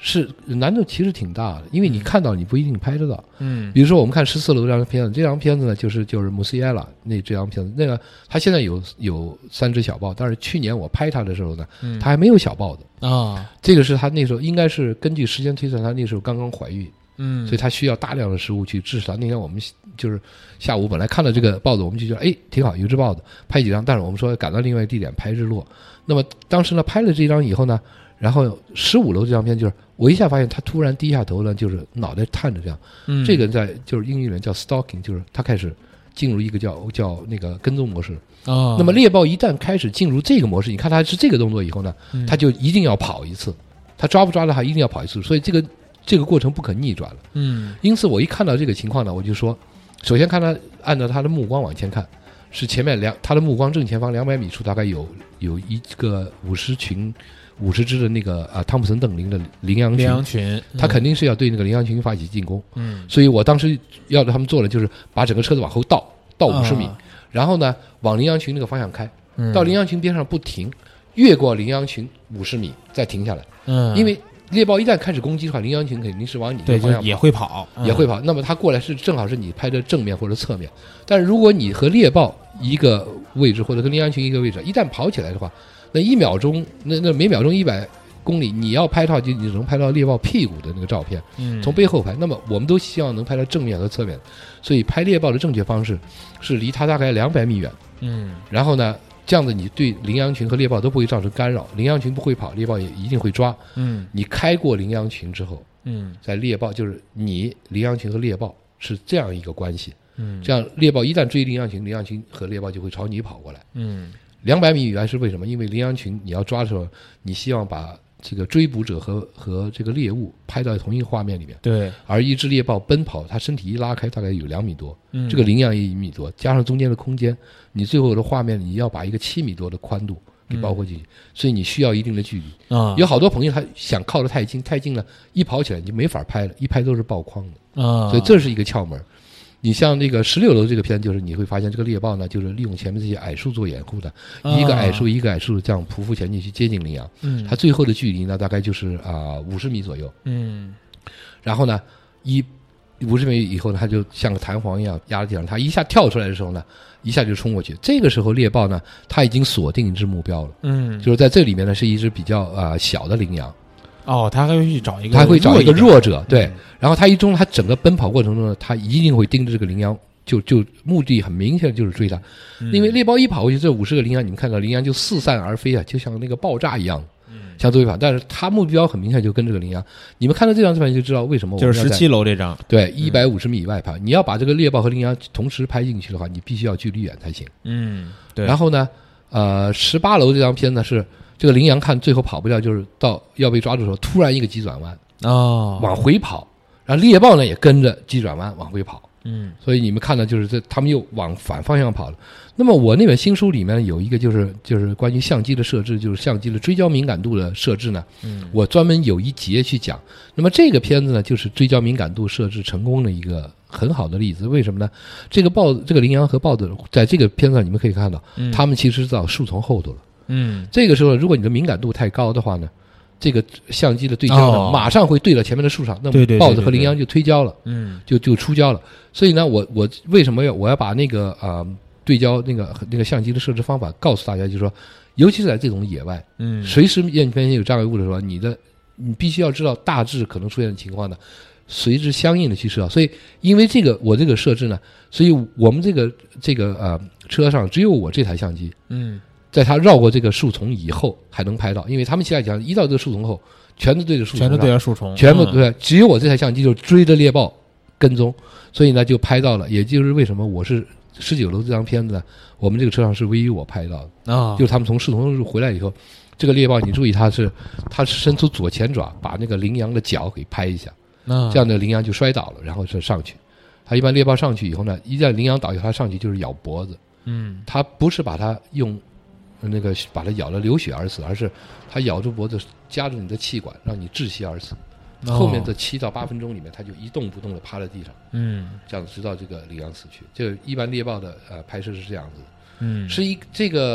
是难度其实挺大的，因为你看到你不一定拍得到。比如说我们看14楼这张片子，这张片子呢就是穆西埃拉这张片子，那个他现在有3只小豹，但是去年我拍他的时候呢，他还没有小豹的啊。这个是他那时候应该是根据时间推算，他那时候刚刚怀孕。所以他需要大量的食物去支持他。那天我们就是下午本来看到这个豹子，我们就觉得挺好，有只豹子，拍几张。但是我们说赶到另外一个地点拍日落。那么当时呢拍了这张以后呢，然后15楼这张片就是我一下发现他突然低下头呢，就是脑袋探着这样。这个在就是英语里面叫 stalking， 就是他开始进入一个叫那个跟踪模式。那么猎豹一旦开始进入这个模式，你看他是这个动作以后呢，他就一定要跑一次，他抓不抓到他一定要跑一次，所以这个过程不可逆转了。因此我一看到这个情况呢，我就说，首先看他按照他的目光往前看，是前面他的目光正前方200米处大概有一个50只的那个汤普森邓林的羚羊群，他肯定是要对那个羚羊群发起进攻。所以我当时要他们做的就是把整个车子往后倒50米，然后呢往羚羊群那个方向开，到羚羊群边上不停，越过羚羊群50米再停下来。因为猎豹一旦开始攻击的话，羚羊群肯定是往你的方向也会跑。 那么它过来是正好是你拍的正面或者侧面。但是如果你和猎豹一个位置，或者跟羚羊群一个位置，一旦跑起来的话，那1秒钟，那每秒钟100公里，你要拍到你只能拍到猎豹屁股的那个照片，从背后拍。那么我们都希望能拍到正面和侧面，所以拍猎豹的正确方式是离它大概200米远。然后呢，这样子你对羚羊群和猎豹都不会造成干扰，羚羊群不会跑，猎豹也一定会抓。你开过羚羊群之后，在猎豹就是羚羊群和猎豹是这样一个关系。这样猎豹一旦追羚羊群，羚羊群和猎豹就会朝你跑过来。200米以外是为什么？因为羚羊群你要抓的时候，你希望把这个追捕者和这个猎物拍到同一个画面里面。对。而一只猎豹奔跑，它身体一拉开，大概有2米多，这个羚羊也1米多，加上中间的空间，你最后的画面你要把一个7米多的宽度给包括进去，所以你需要一定的距离。有好多朋友他想靠得太近了，一跑起来你就没法拍了，一拍都是爆框的。所以这是一个窍门。你像那个16楼这个片，就是你会发现这个猎豹呢，就是利用前面这些矮树做掩护的，一个矮树一个矮树这样匍匐前进去接近羚羊。它最后的距离呢，大概就是50米左右。然后呢50米以后呢，它就像个弹簧一样压在地上，它一下跳出来的时候呢，一下就冲过去。这个时候猎豹呢，它已经锁定一只目标了。就是在这里面呢，是一只比较小的羚羊。 他会去找一个弱者，对。然后他整个奔跑过程中呢，他一定会盯着这个羚羊，就目的很明显就是追他。因为猎豹一跑过去，这50个羚羊，你们看到羚羊就四散而飞啊，就像那个爆炸一样，像追跑。但是他目标很明显就跟这个羚羊。你们看到这张照片就知道为什么我们就是17楼这张， 对，150米以外拍。你要把这个猎豹和羚羊同时拍进去的话，你必须要距离远才行。对。然后呢，18楼这张片呢是。这个羚羊看最后跑不掉，就是到要被抓住的时候，突然一个急转弯，往回跑，然后猎豹呢也跟着急转弯往回跑。所以你们看到就是他们又往反方向跑了。那么我那本新书里面有一个就是关于相机的设置，就是相机的追焦敏感度的设置呢。我专门有一节去讲。那么这个片子呢，就是追焦敏感度设置成功的一个很好的例子。为什么呢？这个羚羊和豹子在这个片子上你们可以看到，他们其实到树丛后头了。这个时候如果你的敏感度太高的话呢，这个相机的对焦呢，马上会对到前面的树上，那么豹子和羚羊就推焦了，就出焦了。所以呢，我为什么我要把那个对焦那个相机的设置方法告诉大家，就是说，尤其是在这种野外，随时面前有障碍物的时候，你必须要知道大致可能出现的情况呢，随之相应的去设置。所以因为我这个设置呢，所以我们这个车上只有我这台相机，在它绕过这个树丛以后还能拍到，因为他们现在讲一到这个树丛后全都对着树丛， 全都对着树丛， 全部对，只有我这台相机就追着猎豹跟踪，所以呢就拍到了。也就是为什么我是19楼这张片子呢，我们这个车上是唯一我拍到的就是他们从树丛回来以后，这个猎豹你注意它是伸出左前爪把那个羚羊的脚给拍一下，这样的羚羊就摔倒了，然后是上去。它一般猎豹上去以后呢，一旦羚羊倒以后，它上去就是咬脖子，它不是把它用把它咬了流血而死，而是它咬住脖子夹住你的气管，让你窒息而死。后面的7到8分钟里面，它就一动不动的趴在地上，这样直到这个羚羊死去。这个一般猎豹的拍摄是这样子的，是这个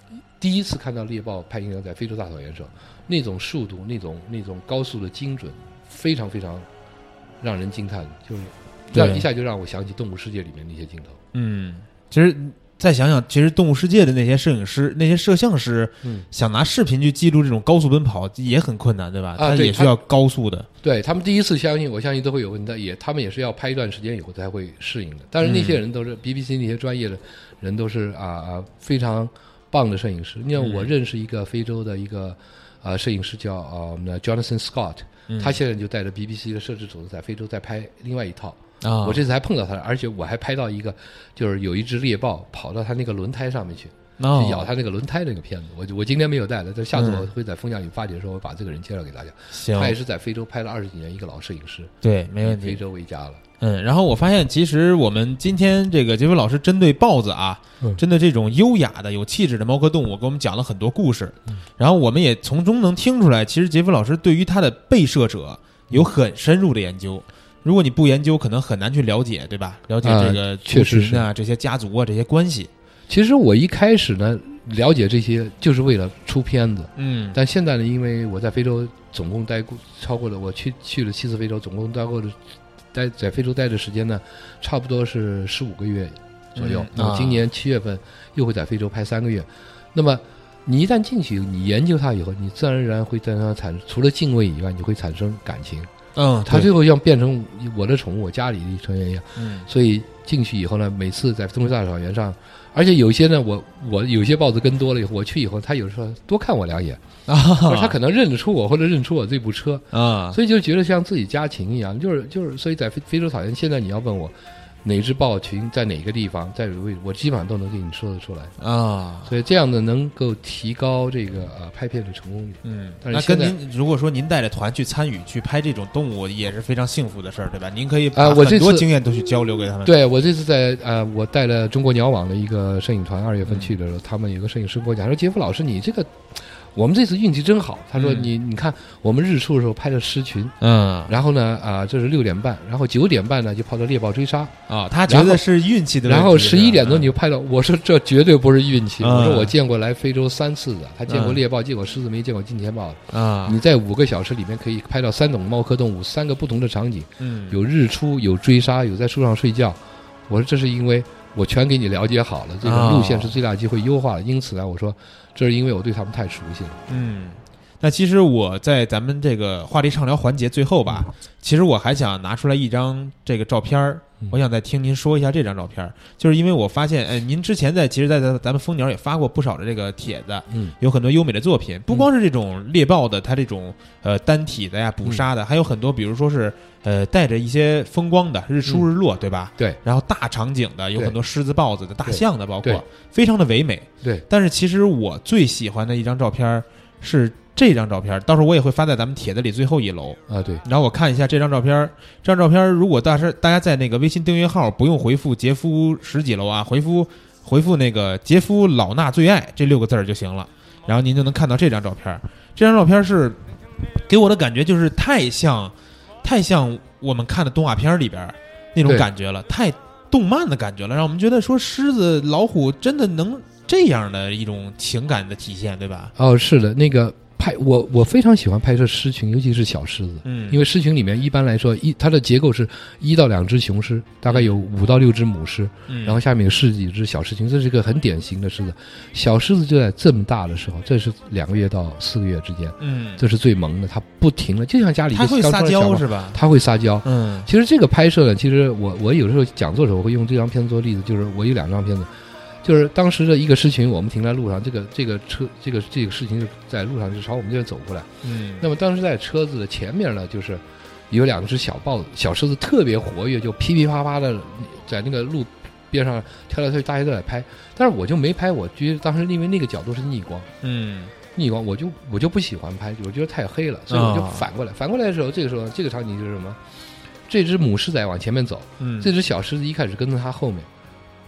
第一次看到猎豹拍影像在非洲大草原上，那种速度，那种高速的精准，非常非常让人惊叹，就是一下就让我想起《动物世界》里面那些镜头。 其实再想想，其实《动物世界》的那些摄影师、那些摄像师，想拿视频去记录这种高速奔跑也很困难，对吧？他也需要高速的。 对，他们第一次我相信都会有问题，他们也是要拍一段时间以后才会适应的。但是那些人都是 BBC 那些专业的人，都是非常棒的摄影师。你看，我认识一个非洲的一个摄影师叫Jonathan Scott，他现在就带着 BBC 的摄制组在非洲在拍另外一套。我这次还碰到他，而且我还拍到一个，就是有一只猎豹跑到他那个轮胎上面去咬他那个轮胎那个片子。我今天没有带了，但下次我会在分享里发帖的时候，我把这个人介绍给大家。 行， 他也是在非洲拍了20几年，一个老摄影师。 对，没问题。 非洲为家了。 然后我发现，其实我们今天这个杰夫老师针对豹子针对这种优雅的、有气质的猫科动物，给我们讲了很多故事。然后我们也从中能听出来，其实杰夫老师对于他的被摄者有很深入的研究。如果你不研究，可能很难去了解，对吧？了解这个族群这些家族这些关系。 其实我一开始呢，了解这些就是为了出片子。但现在呢，因为我在非洲总共待过超过了，我去了7次非洲，总共在非洲待的时间呢，差不多是15个月左右。那么今年7月份又会在非洲拍3个月。那么你一旦进去，你研究它以后，你自然而然会对它除了敬畏以外，你会产生感情。它最后要变成我的宠物，我家里的成员一样。所以进去以后呢，每次在中国大草原上，而且有些呢，我有些豹子跟多了以后，我去以后，他有时候多看我2眼，或者他可能认得出我，或者认出我这部车所以就觉得像自己家禽一样。就是所以在非洲草原，现在你要问我哪只豹群在哪个地方，在哪个位置，我基本上都能给你说得出来所以这样的能够提高这个拍片的成功率。但是那跟您如果说您带着团去参与去拍这种动物，也是非常幸福的事儿，对吧？您可以把很多经验都去交流给他们。 对，我这次在我带了中国鸟网的一个摄影团2月份去的时候，他们有个摄影师跟我讲说：“杰夫老师，你这个。”我们这次运气真好，他说你看我们日出的时候拍的狮群，然后呢这是6点半，然后9点半呢就跑到猎豹追杀他觉得是运气的问题， 然后11点钟你就拍到，我说这绝对不是运气，我说我见过来非洲3次的，他见过猎豹，见过狮子，没见过金钱豹你在5个小时里面可以拍到3种猫科动物，3个不同的场景，有日出，有追杀，有在树上睡觉，我说这是因为我全给你了解好了，这个路线是最大机会优化的，因此呢，我说这是因为我对他们太熟悉了。 那其实我在咱们这个话题畅聊环节最后吧，其实我还想拿出来一张这个照片我想再听您说一下这张照片，就是因为我发现，您之前其实在咱们蜂鸟也发过不少的这个帖子，有很多优美的作品，不光是这种猎豹的，它这种单体的呀、捕杀的，还有很多，比如说是带着一些风光的日出日落，对吧？ 对。 然后大场景的，有很多狮子、豹子的、大象的，包括非常的唯美。 对。 但是其实我最喜欢的一张照片是这张照片，到时候我也会发在咱们帖子里最后一楼对。 然后我看一下这张照片，这张照片如果大家在那个微信订阅号不用回复杰夫10几楼回复那个杰夫老衲最爱这6个字就行了，然后您就能看到这张照片。这张照片是给我的感觉就是太像我们看的动画片里边那种感觉了，太动漫的感觉了，让我们觉得说狮子、老虎真的能这样的一种情感的体现，对吧？ 是的，那个我非常喜欢拍摄狮群，尤其是小狮子，因为狮群里面一般来说它的结构是1到2只雄狮，大概有5到6只母狮，然后下面有10几只小狮群，这是一个很典型的狮子。小狮子就在这么大的时候，这是2个月到4个月之间，这是最萌的，它不停的，就像家里它会撒娇是吧？ 它会撒娇，其实这个拍摄呢，其实我有时候讲座的时候我会用这张片子做例子，就是我有2张片子。就是当时的一个狮群，我们停在路上，这个狮群就在路上就朝我们这边走过来。那么当时在车子的前面呢，就是有2只小豹子、小狮子特别活跃，就噼噼啪啪的在那个路边上跳来跳去，大家都在拍。但是我就没拍，我觉得当时因为那个角度是逆光，逆光我就不喜欢拍，我觉得太黑了，所以我就反过来。反过来的时候，这个时候这个场景就是什么？这只母狮在往前面走，这只小狮子一开始跟在它后面。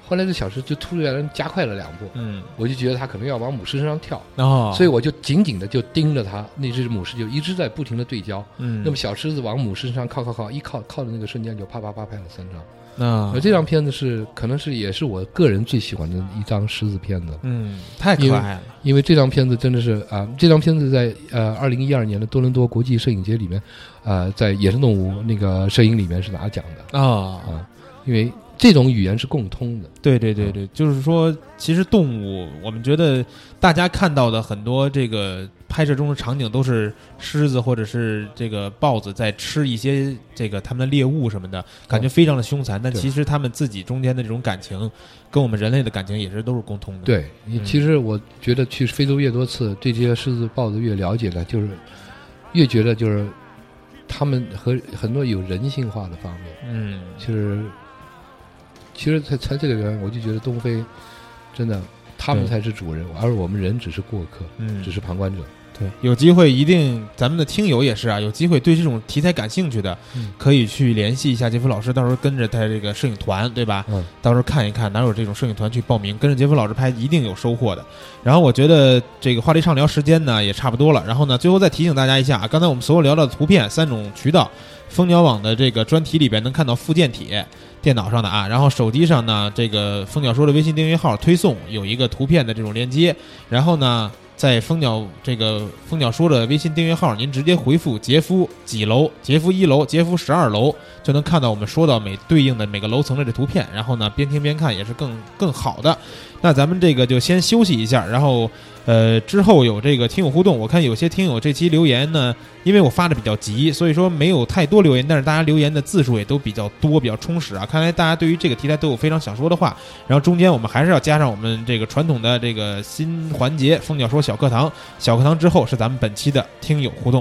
后来这小狮就突然加快了2步，我就觉得它可能要往母狮身上跳，所以我就紧紧的就盯着它，那只母狮就一直在不停的对焦，那么小狮子往母狮身上靠的那个瞬间就啪啪啪拍了3张。而这张片子可能也是我个人最喜欢的一张狮子片子， 太可爱了。 因为这张片子真的是这张片子在2012年的多伦多国际摄影节里面，在野生动物那个摄影里面是拿奖的因为这种语言是共通的。 对，就是说，其实动物，我们觉得大家看到的很多这个拍摄中的场景都是狮子或者是这个豹子在吃一些这个他们的猎物什么的，感觉非常的凶残，但其实他们自己中间的这种感情跟我们人类的感情也是都是共通的。 对，其实我觉得去非洲越多次，对这些狮子豹子越了解呢，就是越觉得就是他们和很多有人性化的方面，其实在这个里面，我就觉得东非真的他们才是主人，而我们人只是过客，只是旁观者。 对，有机会一定，咱们的听友也是有机会对这种题材感兴趣的，可以去联系一下杰夫老师，到时候跟着他这个摄影团，对吧？到时候看一看哪有这种摄影团去报名，跟着杰夫老师拍，一定有收获的。然后我觉得这个话题畅聊时间呢也差不多了，然后呢最后再提醒大家一下，刚才我们所有聊到的图片3种渠道，蜂鸟网的这个专题里边能看到附件帖。电脑上的然后手机上呢，这个蜂鸟说的微信订阅号推送有一个图片的这种链接，然后呢，在蜂鸟说的微信订阅号，您直接回复杰夫几楼，杰夫1楼，杰夫12楼，就能看到我们说到对应的每个楼层的这图片，然后呢，边听边看也是更好的。那咱们这个就先休息一下，然后之后有这个听友互动，我看有些听友这期留言呢，因为我发的比较急，所以说没有太多留言，但是大家留言的字数也都比较多，比较充实看来大家对于这个题材都有非常想说的话。然后中间我们还是要加上我们这个传统的这个新环节蜂鸟说小课堂，小课堂之后是咱们本期的听友互动。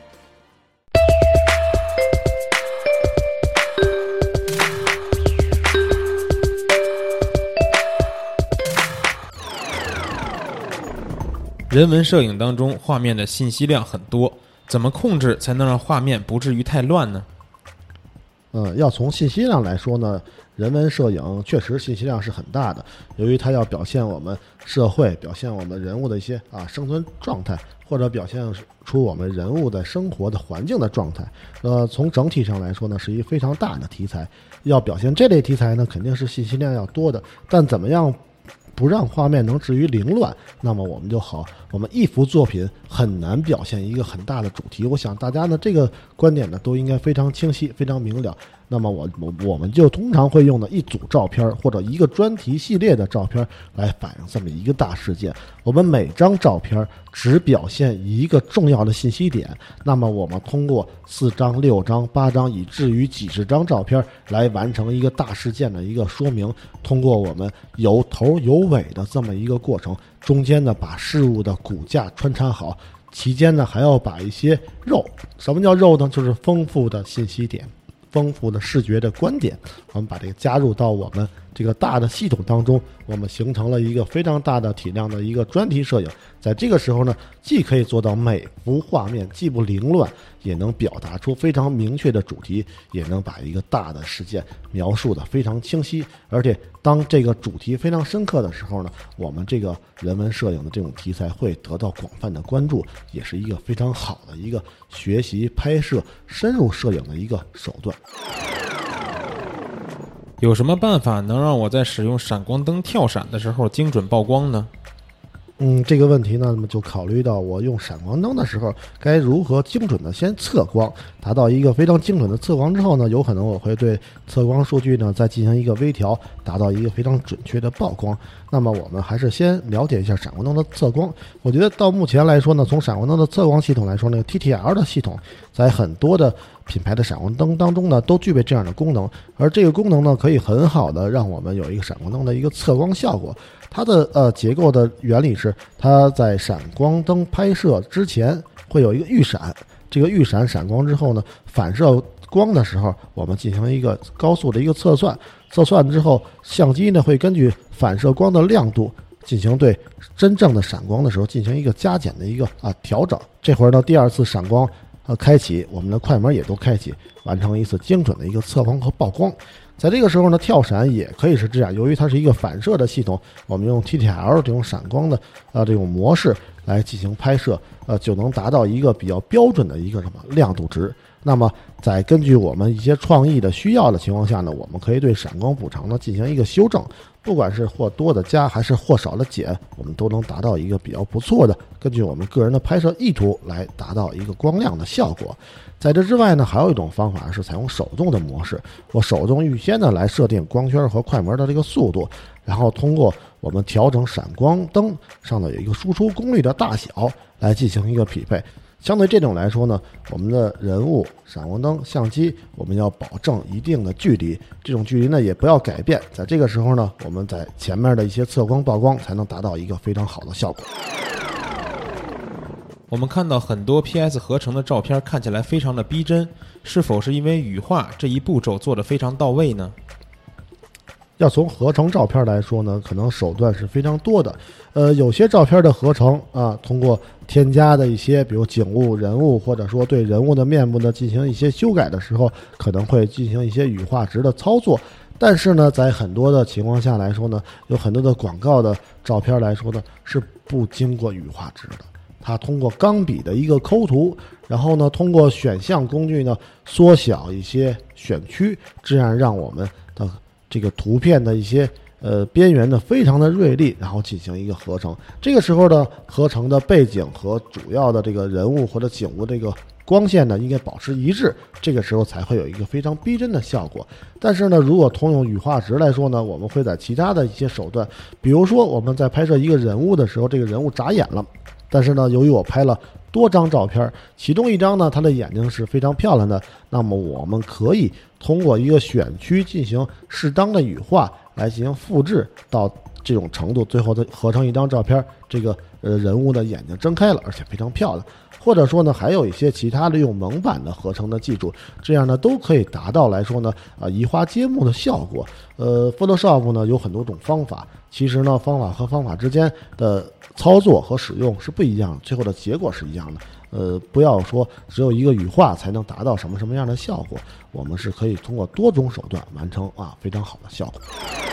人文摄影当中，画面的信息量很多，怎么控制才能让画面不至于太乱呢？ 要从信息量来说呢，人文摄影确实信息量是很大的，由于它要表现我们社会，表现我们人物的一些生存状态，或者表现出我们人物的生活的环境的状态。从整体上来说呢，是一个非常大的题材。要表现这类题材呢，肯定是信息量要多的，但怎么样不让画面能至于凌乱，那么我们一幅作品很难表现一个很大的主题。我想大家呢这个观点呢都应该非常清晰，非常明了。那么我们就通常会用的一组照片或者一个专题系列的照片来反映这么一个大事件。我们每张照片只表现一个重要的信息点，那么我们通过4张、6张、8张以至于几十张照片来完成一个大事件的一个说明。通过我们有头有尾的这么一个过程，中间呢把事物的骨架穿插好，期间呢还要把一些肉，什么叫肉呢？就是丰富的信息点，丰富的视觉的观点，我们把这个加入到我们这个大的系统当中，我们形成了一个非常大的体量的一个专题摄影。在这个时候呢，既可以做到每幅画面既不凌乱，也能表达出非常明确的主题，也能把一个大的事件描述得非常清晰。而且当这个主题非常深刻的时候呢，我们这个人文摄影的这种题材会得到广泛的关注，也是一个非常好的一个学习拍摄深入摄影的一个手段。 有什么办法能让我在使用闪光灯跳闪的时候精准曝光呢？ 这个问题呢，那么就考虑到我用闪光灯的时候该如何精准的先测光，达到一个非常精准的测光之后呢，有可能我会对测光数据呢再进行一个微调，达到一个非常准确的曝光。那么我们还是先了解一下闪光灯的测光。我觉得到目前来说呢，从闪光灯的测光系统来说，那个 TTL 的系统在很多的品牌的闪光灯当中呢都具备这样的功能，而这个功能呢可以很好的让我们有一个闪光灯的一个测光效果。它的结构的原理是，它在闪光灯拍摄之前会有一个预闪，这个预闪闪光之后呢，反射光的时候我们进行一个高速的一个测算，测算之后相机呢会根据反射光的亮度进行对真正的闪光的时候进行一个加减的一个调整。这会儿呢第二次闪光开启，我们的快门也都开启，完成一次精准的一个测光和曝光。 在这个时候呢，跳闪也可以是这样，由于它是一个反射的系统，我们用 TTL 这种闪光的这种模式来进行拍摄，就能达到一个比较标准的一个亮度值。那么在根据我们一些创意的需要的情况下呢，我们可以对闪光补偿呢进行一个修正，不管是或多的加还是或少的减，我们都能达到一个比较不错的，根据我们个人的拍摄意图来达到一个光亮的效果。在这之外呢，还有一种方法是采用手动的模式，我手动预先的来设定光圈和快门的这个速度，然后通过我们调整闪光灯上的有一个输出功率的大小来进行一个匹配。相对这种来说呢，我们的人物、闪光灯、相机，我们要保证一定的距离，这种距离呢也不要改变。在这个时候呢，我们在前面的一些侧光、曝光才能达到一个非常好的效果。 我们看到很多 PS 合成的照片看起来非常的逼真，是否是因为羽化这一步骤做得非常到位呢？ 要从合成照片来说呢，可能手段是非常多的。有些照片的合成通过添加的一些，比如景物、人物，或者说对人物的面部呢进行一些修改的时候，可能会进行一些羽化值的操作。但是呢，在很多的情况下来说呢，有很多的广告的照片来说呢，是不经过羽化值的。它通过钢笔的一个抠图，然后呢，通过选项工具呢缩小一些选区，这样让我们的这个图片的一些边缘呢非常的锐利，然后进行一个合成。这个时候呢，合成的背景和主要的这个人物或者景物这个光线呢应该保持一致，这个时候才会有一个非常逼真的效果。但是呢，如果通用羽化值来说呢，我们会在其他的一些手段，比如说我们在拍摄一个人物的时候，这个人物眨眼了，但是呢，由于我拍了多张照片，其中一张呢它的眼睛是非常漂亮的，那么我们可以通过一个选区进行适当的羽化来进行复制到这种程度，最后再合成一张照片，这个人物的眼睛睁开了，而且非常漂亮。或者说呢，还有一些其他的用蒙版的合成的技术，这样呢都可以达到来说呢移花接木的效果。Photoshop 呢有很多种方法，其实呢方法和方法之间的操作和使用是不一样的，最后的结果是一样的。不要说只有一个羽化才能达到什么样的效果，我们是可以通过多种手段完成非常好的效果。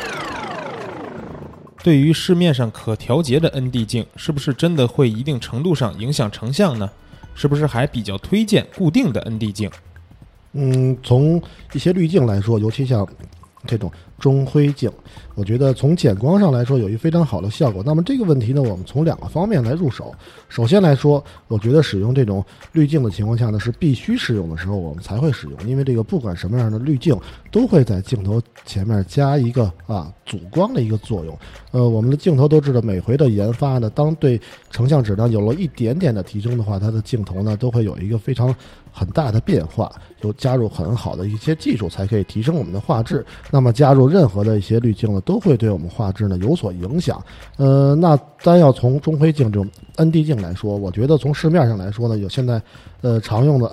对于市面上可调节的 ND 镜，是不是真的会一定程度上影响成像呢？是不是还比较推荐固定的 ND 镜？ 从一些滤镜来说，尤其像这种中灰镜，我觉得从减光上来说有一非常好的效果。那么这个问题呢，我们从2个方面来入手。首先来说，我觉得使用这种滤镜的情况下呢，是必须使用的时候我们才会使用，因为这个不管什么样的滤镜都会在镜头前面加一个阻光的一个作用。我们的镜头都知道，每回的研发呢，当对成像质量有了一点点的提升的话，它的镜头呢都会有一个非常很大的变化，有加入很好的一些技术才可以提升我们的画质。那么加入任何的一些滤镜呢，都会对我们画质呢有所影响。那单要从中灰镜这种 ND 镜来说，我觉得从市面上来说呢，有现在常用的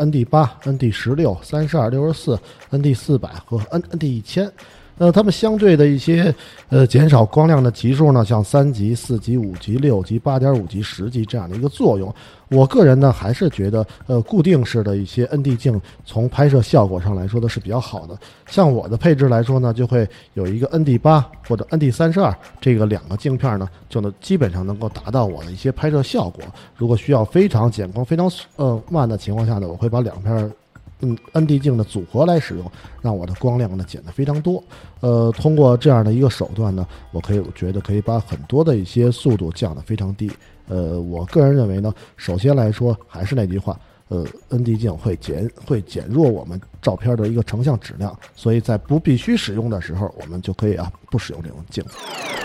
ND8、ND16、32、64、ND400 和 ND1000。它们相对的一些减少光亮的级数呢，像3级、4级、5级、6级、8.5级、10级这样的一个作用。我个人呢还是觉得固定式的一些 ND 镜从拍摄效果上来说的是比较好的。像我的配置来说呢，就会有一个 ND8 或者 ND32 这个2个镜片呢，就能基本上能够达到我的一些拍摄效果。如果需要非常减光非常慢的情况下呢，我会把2片ND 镜的组合来使用，让我的光亮呢减得非常多。通过这样的一个手段呢，我觉得可以把很多的一些速度降得非常低。我个人认为呢，首先来说还是那句话，ND 镜会减弱我们照片的一个成像质量，所以在不必须使用的时候，我们就可以不使用这种镜子。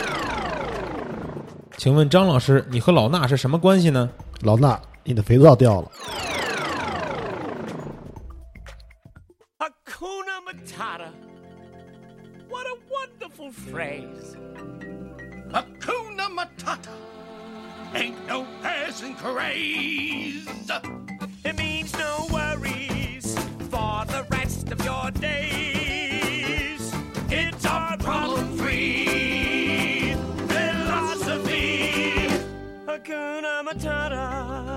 请问张老师，你和老衲是什么关系呢？ 老衲，你的肥皂掉了。 Hakuna Matata. What a wonderful phrase. Hakuna Matata. Ain't no passing craze. It means no worries for the rest of your days. It's our problem-free philosophy. Hakuna Matata.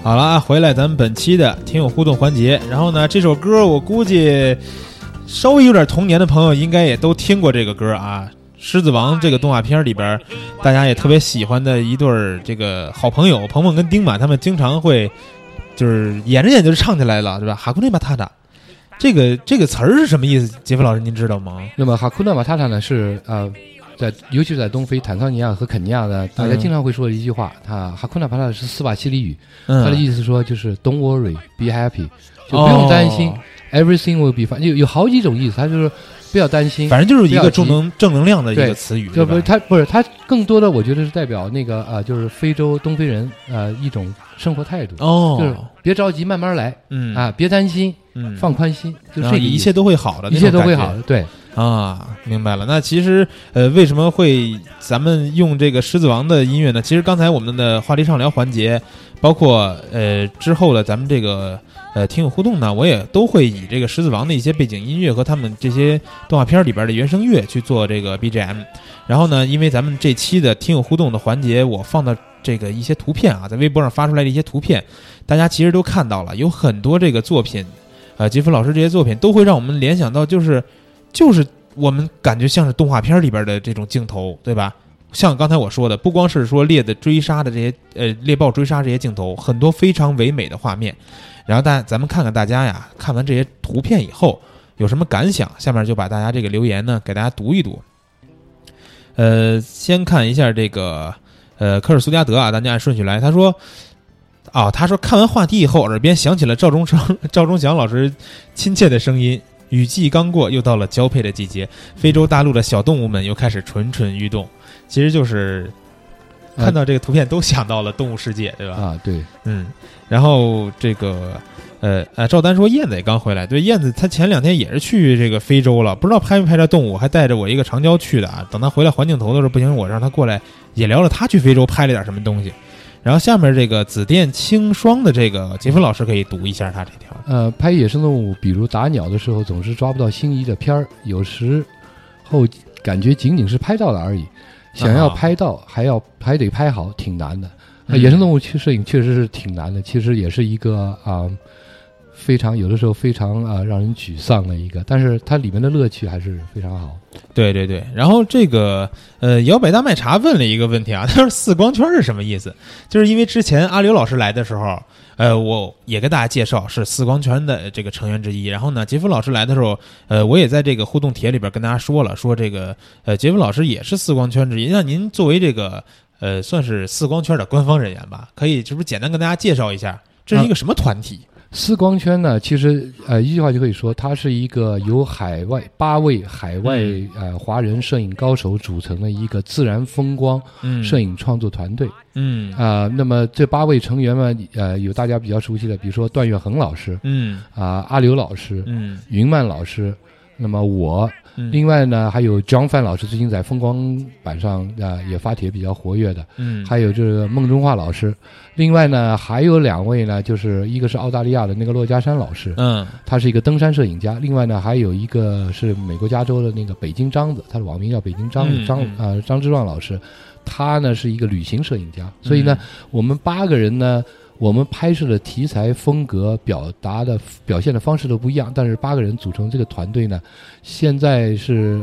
好了，回来咱们本期的听友互动环节。然后呢，这首歌我估计稍微有点童年的朋友应该也都听过这个歌啊。狮子王这个动画片里边，大家也特别喜欢的一对这个好朋友鹏鹏跟丁满，他们经常会就是演着演着就唱起来了，对吧？哈库内马塔塔，这个词儿是什么意思？杰夫老师您知道吗？ 那么哈库纳马塔塔呢是尤其是在东非坦桑尼亚和肯尼亚呢，大家经常会说的一句话，哈库纳马塔塔是斯瓦希里语，它的意思说就是 Don't worry, be happy， 就不用担心，everything will be fine， 有好几种意思，它就是不要担心， 反正就是一个正能量的一个词语， 就不是它更多的我觉得是代表那个就是非洲东非人一种生活态度，就是别着急，慢慢来，别担心，放宽心，就这个一切都会好的， 一切都会好的，对啊，明白了。那其实为什么会咱们用这个狮子王的音乐呢？其实刚才我们的话题畅聊环节，包括之后的咱们这个听友互动呢，我也都会以这个狮子王的一些背景音乐和他们这些动画片里边的原声乐去做这个 BGM。然后呢，因为咱们这期的听友互动的环节，我放到这个一些图片啊，在微博上发出来的一些图片，大家其实都看到了，有很多这个作品，杰夫老师这些作品都会让我们联想到，就是我们感觉像是动画片里边的这种镜头，对吧？像刚才我说的，不光是说猎豹追杀这些镜头，很多非常唯美的画面。然后咱们看看大家呀，看完这些图片以后有什么感想？下面就把大家这个留言呢给大家读一读。先看一下这个科尔苏加德啊，大家按顺序来。他说看完话题以后，耳边响起了赵忠祥老师亲切的声音。雨季刚过，又到了交配的季节，非洲大陆的小动物们又开始蠢蠢欲动。其实就是看到这个图片都想到了动物世界，对吧？ 对， 然后这个赵丹说燕子也刚回来，对，燕子他前2天也是去这个非洲了，不知道拍没拍着动物，还带着我一个长焦去的啊。等他回来环镜头的时候，不行，我让他过来也聊了他去非洲拍了点什么东西。然后下面这个紫电清霜的这个杰夫老师可以读一下他这条。 拍野生动物，比如打鸟的时候，总是抓不到心仪的片儿，有时候感觉仅仅是拍到了而已，想要拍到还得拍好，挺难的。野生动物摄影确实是挺难的，其实也是一个非常有的时候非常让人沮丧的一个，但是它里面的乐趣还是非常好。 对对对，然后这个摇摆大麦茶问了一个问题啊，他说四光圈是什么意思？就是因为之前阿刘老师来的时候，我也跟大家介绍是四光圈的这个成员之一。然后呢，杰夫老师来的时候，我也在这个互动帖里边跟大家说了，说这个杰夫老师也是四光圈之一。那您作为这个算是四光圈的官方人员吧，可以是不是简单跟大家介绍一下，这是一个什么团体？ 四光圈呢，其实一句话就可以说，它是一个由8位海外华人摄影高手组成的一个自然风光摄影创作团队。那么这8位成员嘛，有大家比较熟悉的，比如说段岳衡老师，阿刘老师，云曼老师，那么我。另外呢，还有 John Fan 老师，最近在风光版上也发帖比较活跃的，还有这个孟中华老师。另外呢，还有2位呢，就是一个是澳大利亚的那个骆家山老师，他是一个登山摄影家。另外呢，还有一个是美国加州的那个北京张子，他的网名叫北京张之壮老师，他呢是一个旅行摄影家。所以呢，我们8个人呢，我们拍摄的题材风格表现的方式都不一样，但是8个人组成这个团队呢，现在是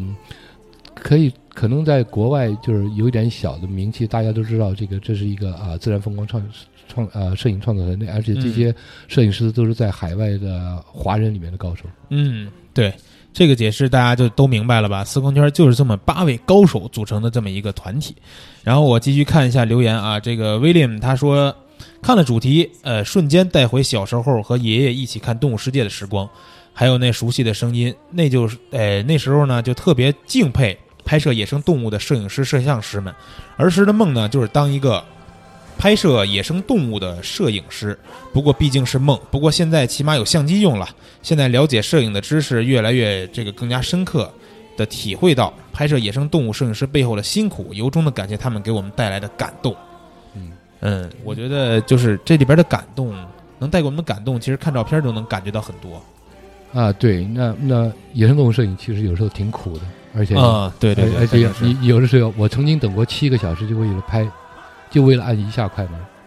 可能在国外就是有一点小的名气，大家都知道这是一个自然风光摄影创作团队，而且这些摄影师都是在海外的华人里面的高手。 对，这个解释大家就都明白了吧？四光圈就是这么8位高手组成的这么一个团体。然后我继续看一下留言啊，这个 William 他说看了主题，瞬间带回小时候和爷爷一起看动物世界的时光，还有那熟悉的声音，那就是那时候呢就特别敬佩拍摄野生动物的摄影师摄像师们。儿时的梦呢就是当一个拍摄野生动物的摄影师，不过毕竟是梦，不过现在起码有相机用了，现在了解摄影的知识越来越更加深刻的体会到拍摄野生动物摄影师背后的辛苦，由衷的感谢他们给我们带来的感动。我觉得就是这里边的感动能带给我们的感动，其实看照片都能感觉到很多。 对，那野生动物摄影其实有时候挺苦的，而且对， 而且你有的时候我曾经等过7个小时，就为了按一下快门。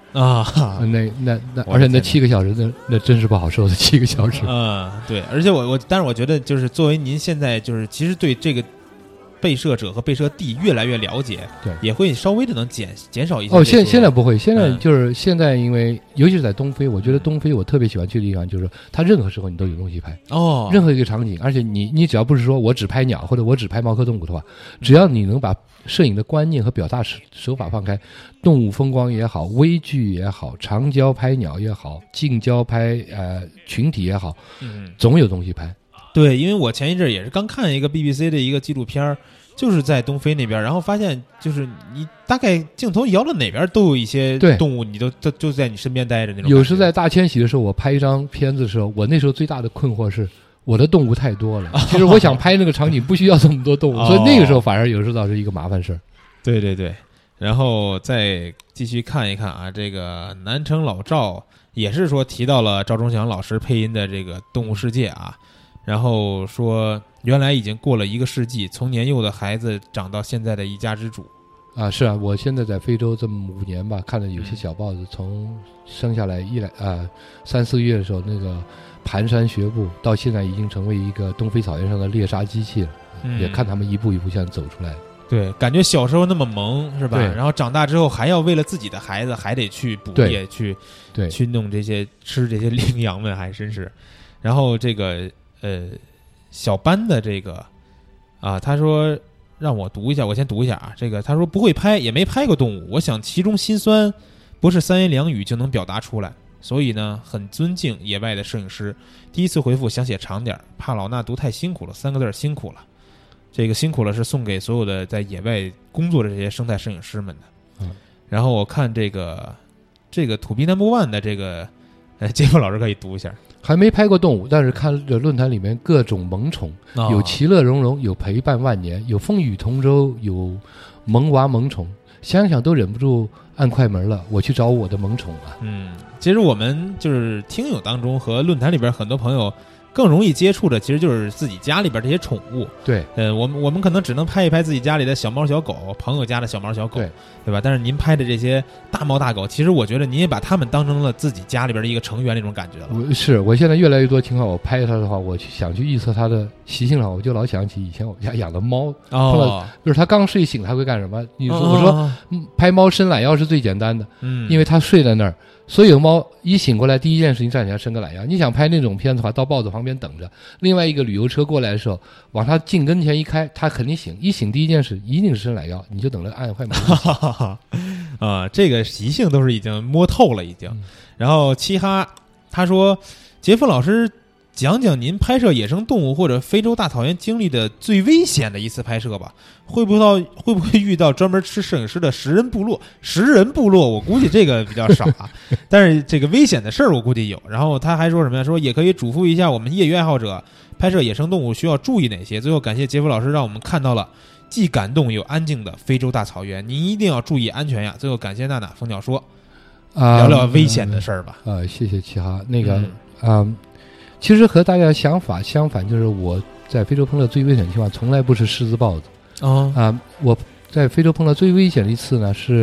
啊。 那， 我的而且那天哪 7个小时，那真是不好受的7个小时。 对，而且但是我觉得就是作为您现在就是其实对这个被摄者和被摄地越来越了解， 对， 也会稍微的能减少一些。 现在不会，现在就是现在，因为尤其是在东非，我觉得东非我特别喜欢去的地方，就是它任何时候你都有东西拍任何一个场景，而且你只要不是说我只拍鸟或者我只拍猫科动物的话，只要你能把摄影的观念和表达手法放开，动物风光也好，微距也好，长焦拍鸟也好，近焦拍群体也好，总有东西拍。 对，因为我前一阵也是刚看一个 BBC 的一个纪录片，就是在东非那边，然后发现就是你大概镜头摇到哪边都有一些动物，你就在你身边待着那种。 有时在大迁徙的时候，我拍一张片子的时候，我那时候最大的困惑是我的动物太多了。其实我想拍那个场景不需要这么多动物，所以那个时候反而有时候倒是一个麻烦事儿。 对对对，然后再继续看一看啊，这个南城老赵也是说提到了赵忠祥老师配音的这个《动物世界》啊。然后说，原来已经过了1个世纪，从年幼的孩子长到现在的一家之主。 是啊，我现在在非洲这么5年吧，看了有些小豹子，从生下来3、4个月的时候，那个蹒跚学步，到现在已经成为一个东非草原上的猎杀机器了。也看他们一步一步现在走出来。 对，感觉小时候那么萌是吧？然后长大之后还要为了自己的孩子，还得去捕猎，去弄这些吃这些羚羊们，还真是。然后这个。小班的这个他说让我读一下，我先读一下啊。这个他说不会拍，也没拍过动物，我想其中辛酸不是3言2语就能表达出来，所以呢很尊敬野外的摄影师。第一次回复想写长点，怕老衲读太辛苦了，3个字辛苦了。这个辛苦了是送给所有的在野外工作的这些生态摄影师们的。然后我看这个土逼 No.1 的这个杰夫老师可以读一下。 还没拍过动物，但是看着论坛里面各种萌宠，有其乐融融，有陪伴万年，有风雨同舟，有萌娃萌宠，想想都忍不住按快门了。我去找我的萌宠了。 其实我们就是听友当中和论坛里边很多朋友更容易接触的，其实就是自己家里边这些宠物。 对， 我们可能只能拍一拍自己家里的小猫小狗，朋友家的小猫小狗，对吧？但是您拍的这些大猫大狗，其实我觉得您也把他们当成了自己家里边的一个成员那种感觉了。 我现在越来越多情况，我拍它的话，我想去预测它的习性了，我就老想起以前我们家养的猫。就是它刚睡醒，它会干什么？我说拍猫伸懒腰是最简单的，因为它睡在那儿。所有猫一醒过来，第一件事情站起来伸个懒腰。你想拍那种片子的话，到豹子旁边等着，另外一个旅游车过来的时候，往它近跟前一开，它肯定醒，一醒第一件事一定是伸懒腰，你就等着按快门。 这个习性都是已经摸透了已经。然后七哈他说，杰夫老师讲讲您拍摄野生动物或者非洲大草原经历的最危险的一次拍摄吧。会不会遇到专门吃摄影师的食人部落？我估计这个比较少啊，但是这个危险的事儿我估计有。然后他还说什么呀？说也可以嘱咐一下我们业余爱好者，拍摄野生动物需要注意哪些。最后感谢杰夫老师让我们看到了既感动又安静的非洲大草原，您一定要注意安全呀。最后感谢娜娜蜂鸟说，聊聊危险的事儿吧。 谢谢齐哈。那个其实和大家想法相反，就是我在非洲碰到最危险的情况从来不是狮子豹子。我在非洲碰到最危险的一次呢，是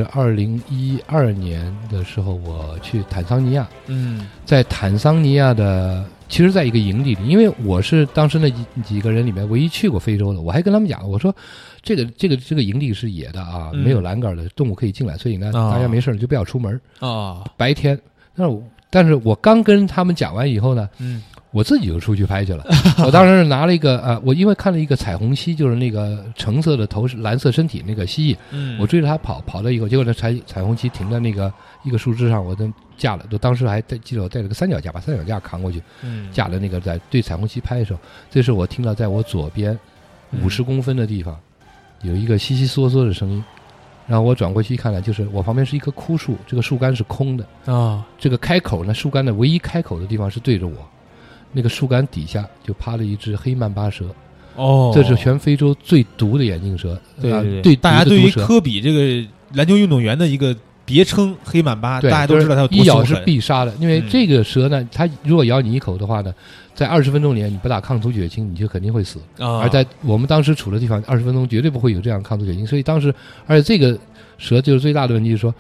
2012年的时候，我去坦桑尼亚。在坦桑尼亚的，其实在一个营地里，因为我是当时那几个人里面唯一去过非洲的，我还跟他们讲，我说这个营地是野的啊，没有栏杆的，动物可以进来，所以呢，大家没事就不要出门白天。但是我刚跟他们讲完以后呢，我自己就出去拍去了。我当时是拿了一个我因为看了一个彩虹蜥，就是那个橙色的头蓝色身体那个蜥蜴，我追着它跑到以后，结果那彩虹蜥停在那个一个树枝上，我都架了，我当时还记得我带了个三脚架，把三脚架扛过去，架了那个在对彩虹蜥拍的时候，这时候我听到在我左边50公分的地方有一个悉悉嗦嗦的声音。然后我转过去一看呢，就是我旁边是一棵枯树，这个树干是空的这个开口呢，树干的唯一开口的地方是对着我，那个树干底下就趴了一只黑曼巴蛇。这是全非洲最毒的眼镜蛇。对， 大家对于科比这个篮球运动员的一个别称黑曼巴，大家都知道它有多凶狠，一咬是必杀的。因为这个蛇呢，它如果咬你一口的话呢，在20分钟里你不打抗毒血清，你就肯定会死。而在我们当时处的地方，20分钟绝对不会有这样抗毒血清。所以当时，而且这个蛇就是最大的问题，就是说，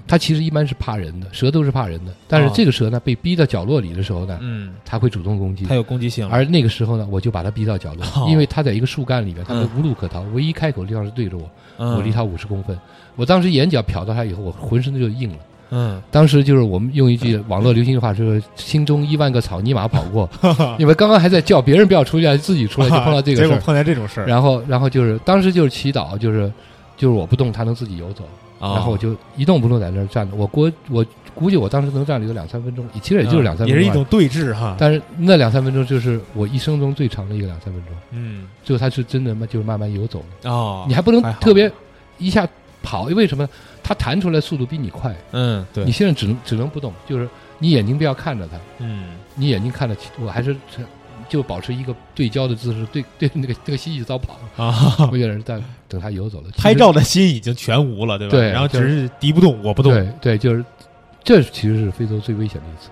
它其实一般是怕人的，蛇都是怕人的，但是这个蛇呢被逼到角落里的时候呢，它会主动攻击， 它有攻击性。 而那个时候呢，我就把它逼到角落，因为它在一个树干里面，它无路可逃，唯一开口的地方是对着我，我离它50公分，我当时眼角瞟到它以后，我浑身就硬了。当时就是我们用一句网络流行的话，就是心中1万个草泥马跑过，因为刚刚还在叫别人不要出来，自己出来就碰到这个事儿， 结果碰见这种事儿。 然后就是当时就是祈祷，就是我不动，它能自己游走，然后我就一动不动在那儿站着。我估计我当时能站了有2-3分钟，其实也就是2-3分钟， 也是一种对峙哈。 但是那2-3分钟就是我一生中最长的一个2-3分钟。最后它是真的就是慢慢游走了。你还不能特别一下跑，为什么？它弹出来速度比你快。对。你现在只能不动，就是你眼睛不要看着它。你眼睛看着，我还是就保持一个对焦的姿势，对那个蜥蜴早跑啊！我有人在等它游走了。 拍照的心已经全无了，对吧？ 对。 然后只是敌不动，我不动。 对，就是这其实是非洲最危险的一次。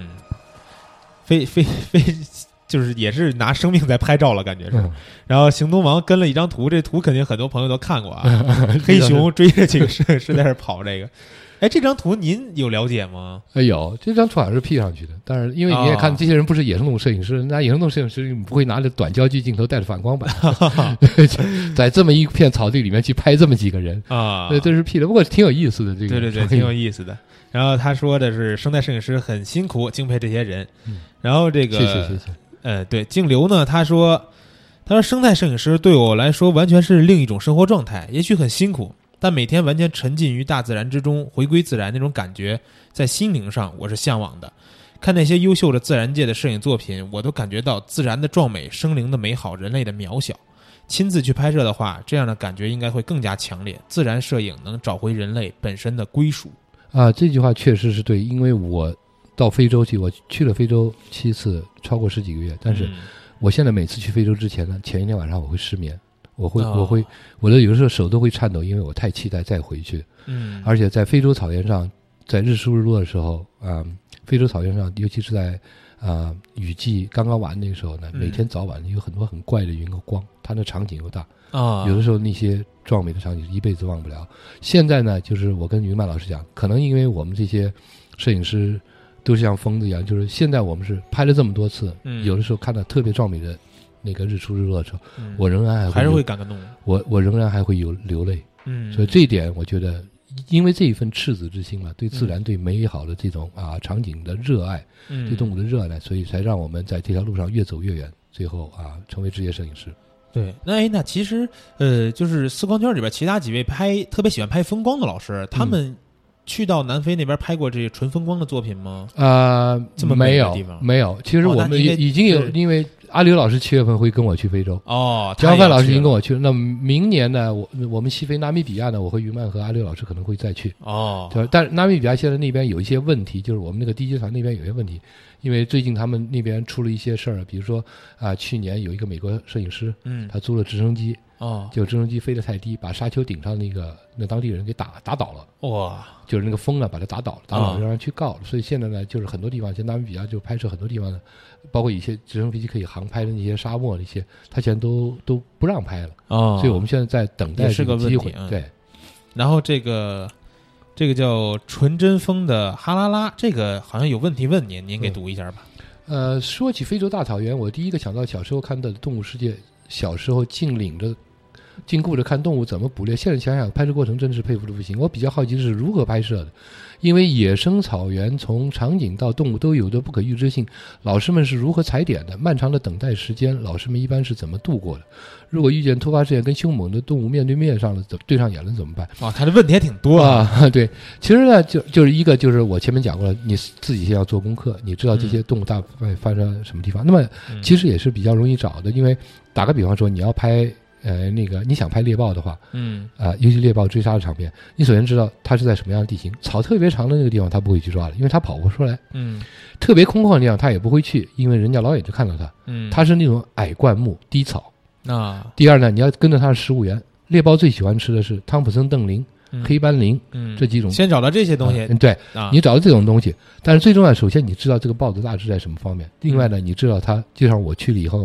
非就是也是拿生命在拍照了，感觉是。然后行动王跟了一张图，这图肯定很多朋友都看过啊。黑熊追着这个是在这跑这个。哎，这张图您有了解吗？ 有，这张图好像是 P 上去的，但是因为你也看，这些人不是野生动物摄影师，那野生动物摄影师不会拿着短焦距镜头带着反光板，在这么一片草地里面去拍这么几个人啊，这是 P 的，不过挺有意思的。这个对，挺有意思的。然后他说的是生态摄影师很辛苦，敬佩这些人。然后这个谢谢。 对，静流呢，他说生态摄影师对我来说完全是另一种生活状态，也许很辛苦，但每天完全沉浸于大自然之中，回归自然那种感觉，在心灵上我是向往的。看那些优秀的自然界的摄影作品，我都感觉到自然的壮美，生灵的美好，人类的渺小。亲自去拍摄的话，这样的感觉应该会更加强烈。自然摄影能找回人类本身的归属。 这句话确实是对，因为我到非洲去，我去了非洲7次，超过10几个月。但是我现在每次去非洲之前呢，前一天晚上我会失眠，我的有的时候手都会颤抖，因为我太期待再回去。而且在非洲草原上，在日出日落的时候非洲草原上，尤其是在雨季刚刚完那个时候呢，每天早晚有很多很怪的云和光，它的场景又大有的时候那些壮美的场景是一辈子忘不了。现在呢，就是我跟云曼老师讲，可能因为我们这些摄影师都是像疯子一样，就是现在我们是拍了这么多次，有的时候看到特别壮美的那个日出日落的时候，我仍然还是会感动， 我仍然还会有流泪。所以这一点我觉得，因为这一份赤子之心嘛，对自然、对美好的这种场景的热爱，对动物的热爱，所以才让我们在这条路上越走越远，最后成为职业摄影师。 对，那其实就是丝光圈里边其他几位特别喜欢拍风光的老师，他们去到南非那边拍过这纯风光的作品吗？这么美的地方没有。其实我们已经有，因为阿刘老师7月份会跟我去非洲张帆老师已经跟我去了。那明年呢，我们西非纳米比亚呢，我和于曼和阿刘老师可能会再去但是纳米比亚现在那边有一些问题，就是我们那个 DJ 团那边有些问题，因为最近他们那边出了一些事儿，比如说去年有一个美国摄影师他租了直升机就直升机飞得太低，把沙丘顶上那当地人给打倒了。哇！就是那个风把它打倒了，让人去告了。所以现在呢，就是很多地方，像纳米比亚就拍摄很多地方呢，包括一些直升飞机可以航拍的那些沙漠那些，他现在都不让拍了。所以我们现在在等待这个机会。对。 然后这个叫纯真风的哈拉拉，这个好像有问题问您给读一下吧。 说起非洲大草原，我第一个想到小时候看的《动物世界》，小时候禁锢着看动物怎么捕猎，现在想想拍摄过程真是佩服的不行。我比较好奇的是如何拍摄的，因为野生草原从场景到动物都有着不可预知性，老师们是如何踩点的？漫长的等待时间，老师们一般是怎么度过的？如果遇见突发事件跟凶猛的动物面对面上了，对上眼了怎么办？ 他的问题还挺多对，其实呢，就是一个就是我前面讲过了，你自己先要做功课，你知道这些动物大概发生什么地方。那么其实也是比较容易找的，因为打个比方说，你要拍你想拍猎豹的话，尤其猎豹追杀的场面，你首先知道它是在什么样的地形，草特别长的那个地方它不会去抓的，因为它跑不出来。特别空旷的地方它也不会去，因为人家老远就看到它。它是那种矮灌木低草第二呢，你要跟着它的食物源，猎豹最喜欢吃的是汤普森邓林、黑斑羚这几种。 先找到这些东西。 对，你找到这种东西，但是最重要的，首先你知道这个豹子大致在什么方面，另外呢，你知道它，就像我去了以后，我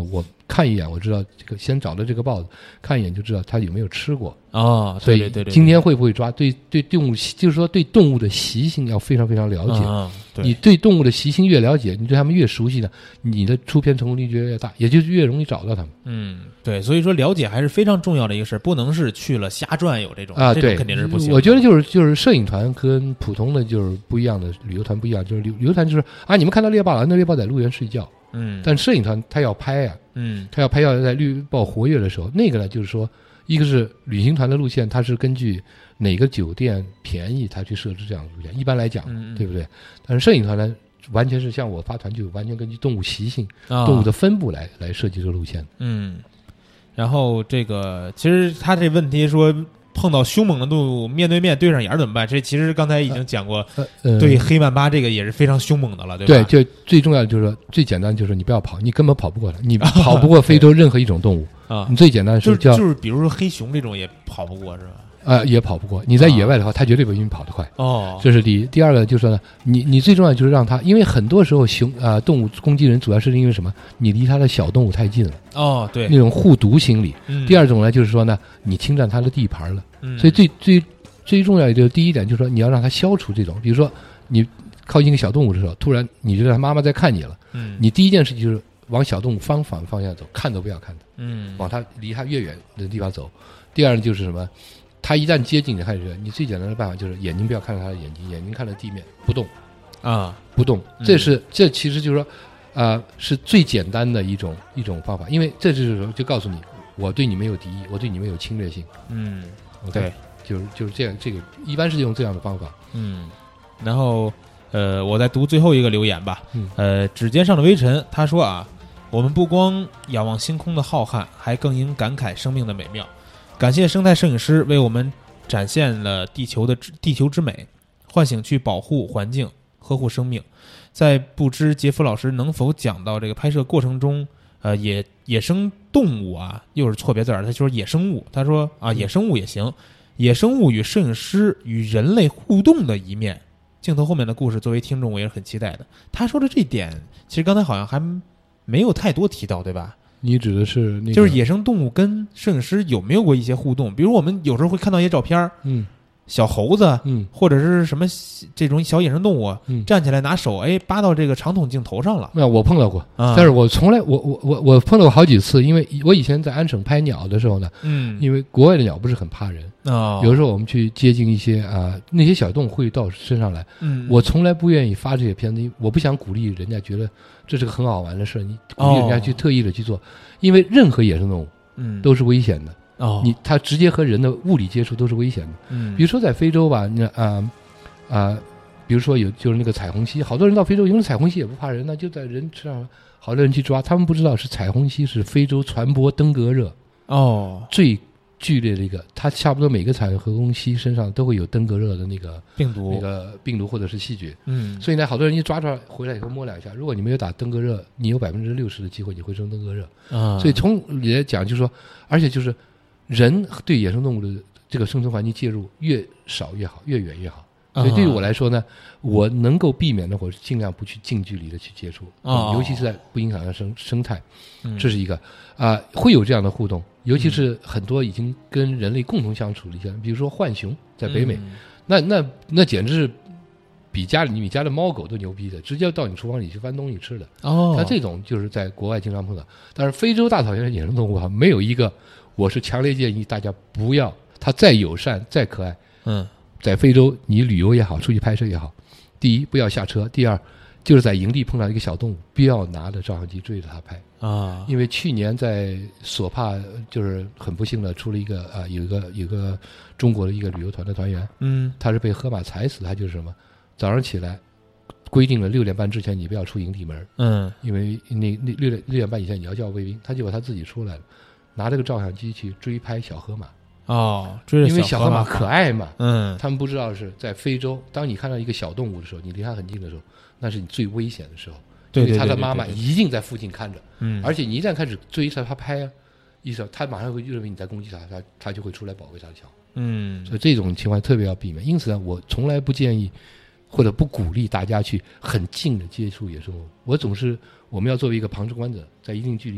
看一眼我知道这个先找到这个豹子，看一眼就知道它有没有吃过。 哦， 所以对对对， 今天会不会抓，对动物，就是说对动物的习性要非常非常了解。你对动物的习性越了解，你对它们越熟悉呢，你的出片成功率就越大，也就是越容易找到它们。 对，所以说了解还是非常重要的一个事，不能是去了瞎转悠这种啊，对， 这种肯定是不行的。 我觉得就是摄影团跟普通的就是不一样的，旅游团不一样，就是旅游团就是啊，你们看到猎豹了，那猎豹在路边睡觉。但摄影团他要拍啊，他要拍要在猎豹活跃的时候，那个呢就是说，一个是旅行团的路线，它是根据哪个酒店便宜，他去设置这样的路线。一般来讲，对不对？但是摄影团呢，完全是像我发团就完全根据动物习性、动物的分布来设计这个路线。 然后这个其实他这问题说碰到凶猛的动物面对面对上眼怎么办？这其实刚才已经讲过，对黑曼巴这个也是非常凶猛的了，对吧？ 对，就最重要的就是说，最简单就是你不要跑，你根本跑不过它，你跑不过非洲任何一种动物啊。 你最简单的就是比如说黑熊这种也跑不过是吧？ 也跑不过。你在野外的话，它绝对比你跑得快。这是第一。第二个就是说呢，你最重要就是让它，因为很多时候动物攻击人，主要是因为什么？你离它的小动物太近了。 对， 那种护犊心理。第二种呢，就是说呢，你侵占它的地盘了。所以最重要的就是第一点，就是说你要让它消除这种，比如说你靠近一个小动物的时候，突然你觉得它妈妈在看你了，你第一件事情就是往小动物反方向走，看都不要看它，往它离它越远的地方走。第二就是什么？它一旦接近你，开始你最简单的办法就是眼睛不要看着它的眼睛，眼睛看着地面不动不动。这其实就是说，是最简单的一种方法，因为这就告诉你，我对你没有敌意，我对你没有侵略性。 对， 就是这样，这个一般是用这样的方法。 然后我再读最后一个留言吧。指尖上的微尘，他说啊，我们不光仰望星空的浩瀚，还更应感慨生命的美妙。感谢生态摄影师为我们展现了地球之美，唤醒去保护环境、呵护生命。在不知杰夫老师能否讲到这个拍摄过程中，野生动物啊，又是错别字儿，他说野生物，他说啊野生物也行，野生物与摄影师与人类互动的一面，镜头后面的故事，作为听众我也是很期待的。他说的这点，其实刚才好像还没有太多提到，对吧？ 你指的是那个， 就是野生动物跟摄影师有没有过一些互动？比如我们有时候会看到一些照片，小猴子，或者是什么这种小野生动物，站起来拿手扒到这个长筒镜头上了。 我碰到过，但是我从来我碰到过好几次，因为我以前在安省拍鸟的时候呢，因为国外的鸟不是很怕人，有时候我们去接近一些那些小动物会到身上来，我从来不愿意发这些片子，我不想鼓励人家觉得这是个很好玩的事，你鼓励人家去特意的去做，因为任何野生动物都是危险的。它直接和人的物理接触都是危险的。比如说在非洲吧，比如说就是那个彩虹蜥，好多人到非洲，因为彩虹蜥也不怕人呢，就在人身上，好多人去抓，他们不知道是彩虹蜥是非洲传播登革热最剧烈的一个，它差不多每个彩虹蜥身上都会有登革热的那个病毒或者是细菌。所以呢，好多人一抓出来回来以后摸两下，如果你没有打登革热，你有60%的机会你会生登革热。所以从里来讲，就是说，而且就是人对野生动物的这个生存环境介入越少越好，越远越好。所以对于我来说呢，我能够避免的，我尽量不去近距离的去接触，尤其是在不影响到生态。这是一个会有这样的互动，尤其是很多已经跟人类共同相处的一些，比如说浣熊在北美，那简直是比你家的猫狗都牛逼的，直接到你厨房里去翻东西吃的。像这种就是在国外经常碰到，但是非洲大草原的野生动物没有一个，我是强烈建议大家不要，它再友善再可爱，在非洲你旅游也好，出去拍摄也好，第一不要下车，第二就是在营地碰到一个小动物，不要拿着照相机追着它拍因为去年在索帕就是很不幸的出了一个有一个中国的一个旅游团的团员，他是被河马踩死，他就是什么早上起来规定了6点半之前你不要出营地门，因为那6点半以前你要叫卫兵，他结果他自己出来了，拿这个照相机去追拍小河马。 追着因为小河马可爱嘛， 他们不知道是在非洲，当你看到一个小动物的时候，你离它很近的时候，那是你最危险的时候，因为它的妈妈一定在附近看着，而且你一旦开始追它拍它马上会认为你在攻击它就会出来保卫它的小孩，所以这种情况特别要避免。因此呢，我从来不建议或者不鼓励大家去很近的接触野生动物，我们要作为一个旁观者，在一定距离外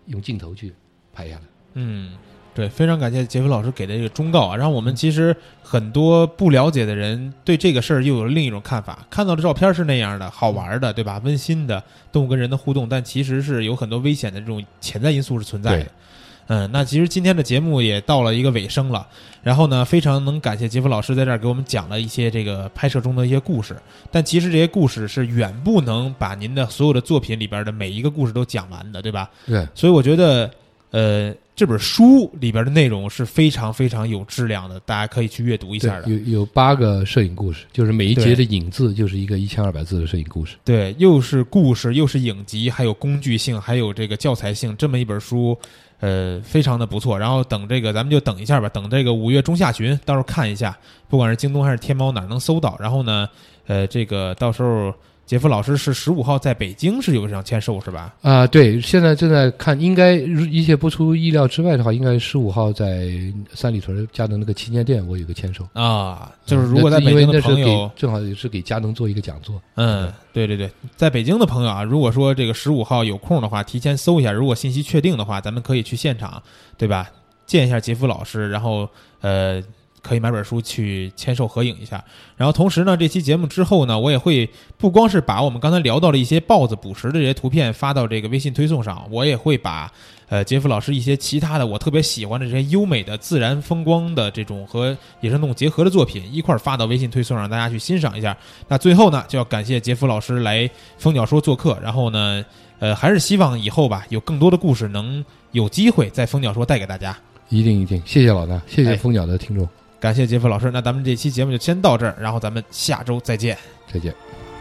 用镜头去拍下来。 对，非常感谢杰夫老师给的这个忠告啊，让我们其实很多不了解的人对这个事儿又有了另一种看法。看到的照片是那样的，好玩的，对吧？温馨的动物跟人的互动，但其实是有很多危险的这种潜在因素是存在的。那其实今天的节目也到了一个尾声了，然后呢，非常能感谢杰夫老师在这儿给我们讲了一些这个拍摄中的一些故事，但其实这些故事是远不能把您的所有的作品里边的每一个故事都讲完的，对吧？ 对， 所以我觉得，这本书里边的内容是非常非常有质量的，大家可以去阅读一下的。 有8个摄影故事，就是每一节的影字就是一个1200字的摄影故事。 对，又是故事，又是影集，还有工具性，还有这个教材性，这么一本书，非常的不错。然后等这个，咱们就等一下吧，等这个5月中下旬，到时候看一下，不管是京东还是天猫哪儿能搜到。然后呢，这个到时候。杰夫老师是15号在北京是有一场签售是吧？ 对，现在正在看，应该一切不出意料之外的话，应该15号在三里屯佳能那个旗舰店，我有个签售啊。就是如果在北京的朋友， 正好也是给佳能做一个讲座。 对，在北京的朋友啊，如果说这个15号有空的话，提前搜一下，如果信息确定的话，咱们可以去现场，对吧？见一下杰夫老师，然后可以买本书去签售合影一下。然后同时呢，这期节目之后呢，我也会不光是把我们刚才聊到的一些豹子捕食的这些图片发到这个微信推送上，我也会把杰夫老师一些其他的我特别喜欢的这些优美的自然风光的这种和野生动物结合的作品一块发到微信推送，让大家去欣赏一下。那最后呢，就要感谢杰夫老师来蜂鸟说做客，然后呢还是希望以后吧有更多的故事能有机会在蜂鸟说带给大家。 一定，谢谢老大，谢谢蜂鸟的听众。 感谢杰夫老师，那咱们这期节目就先到这儿，然后咱们下周再见。 再见。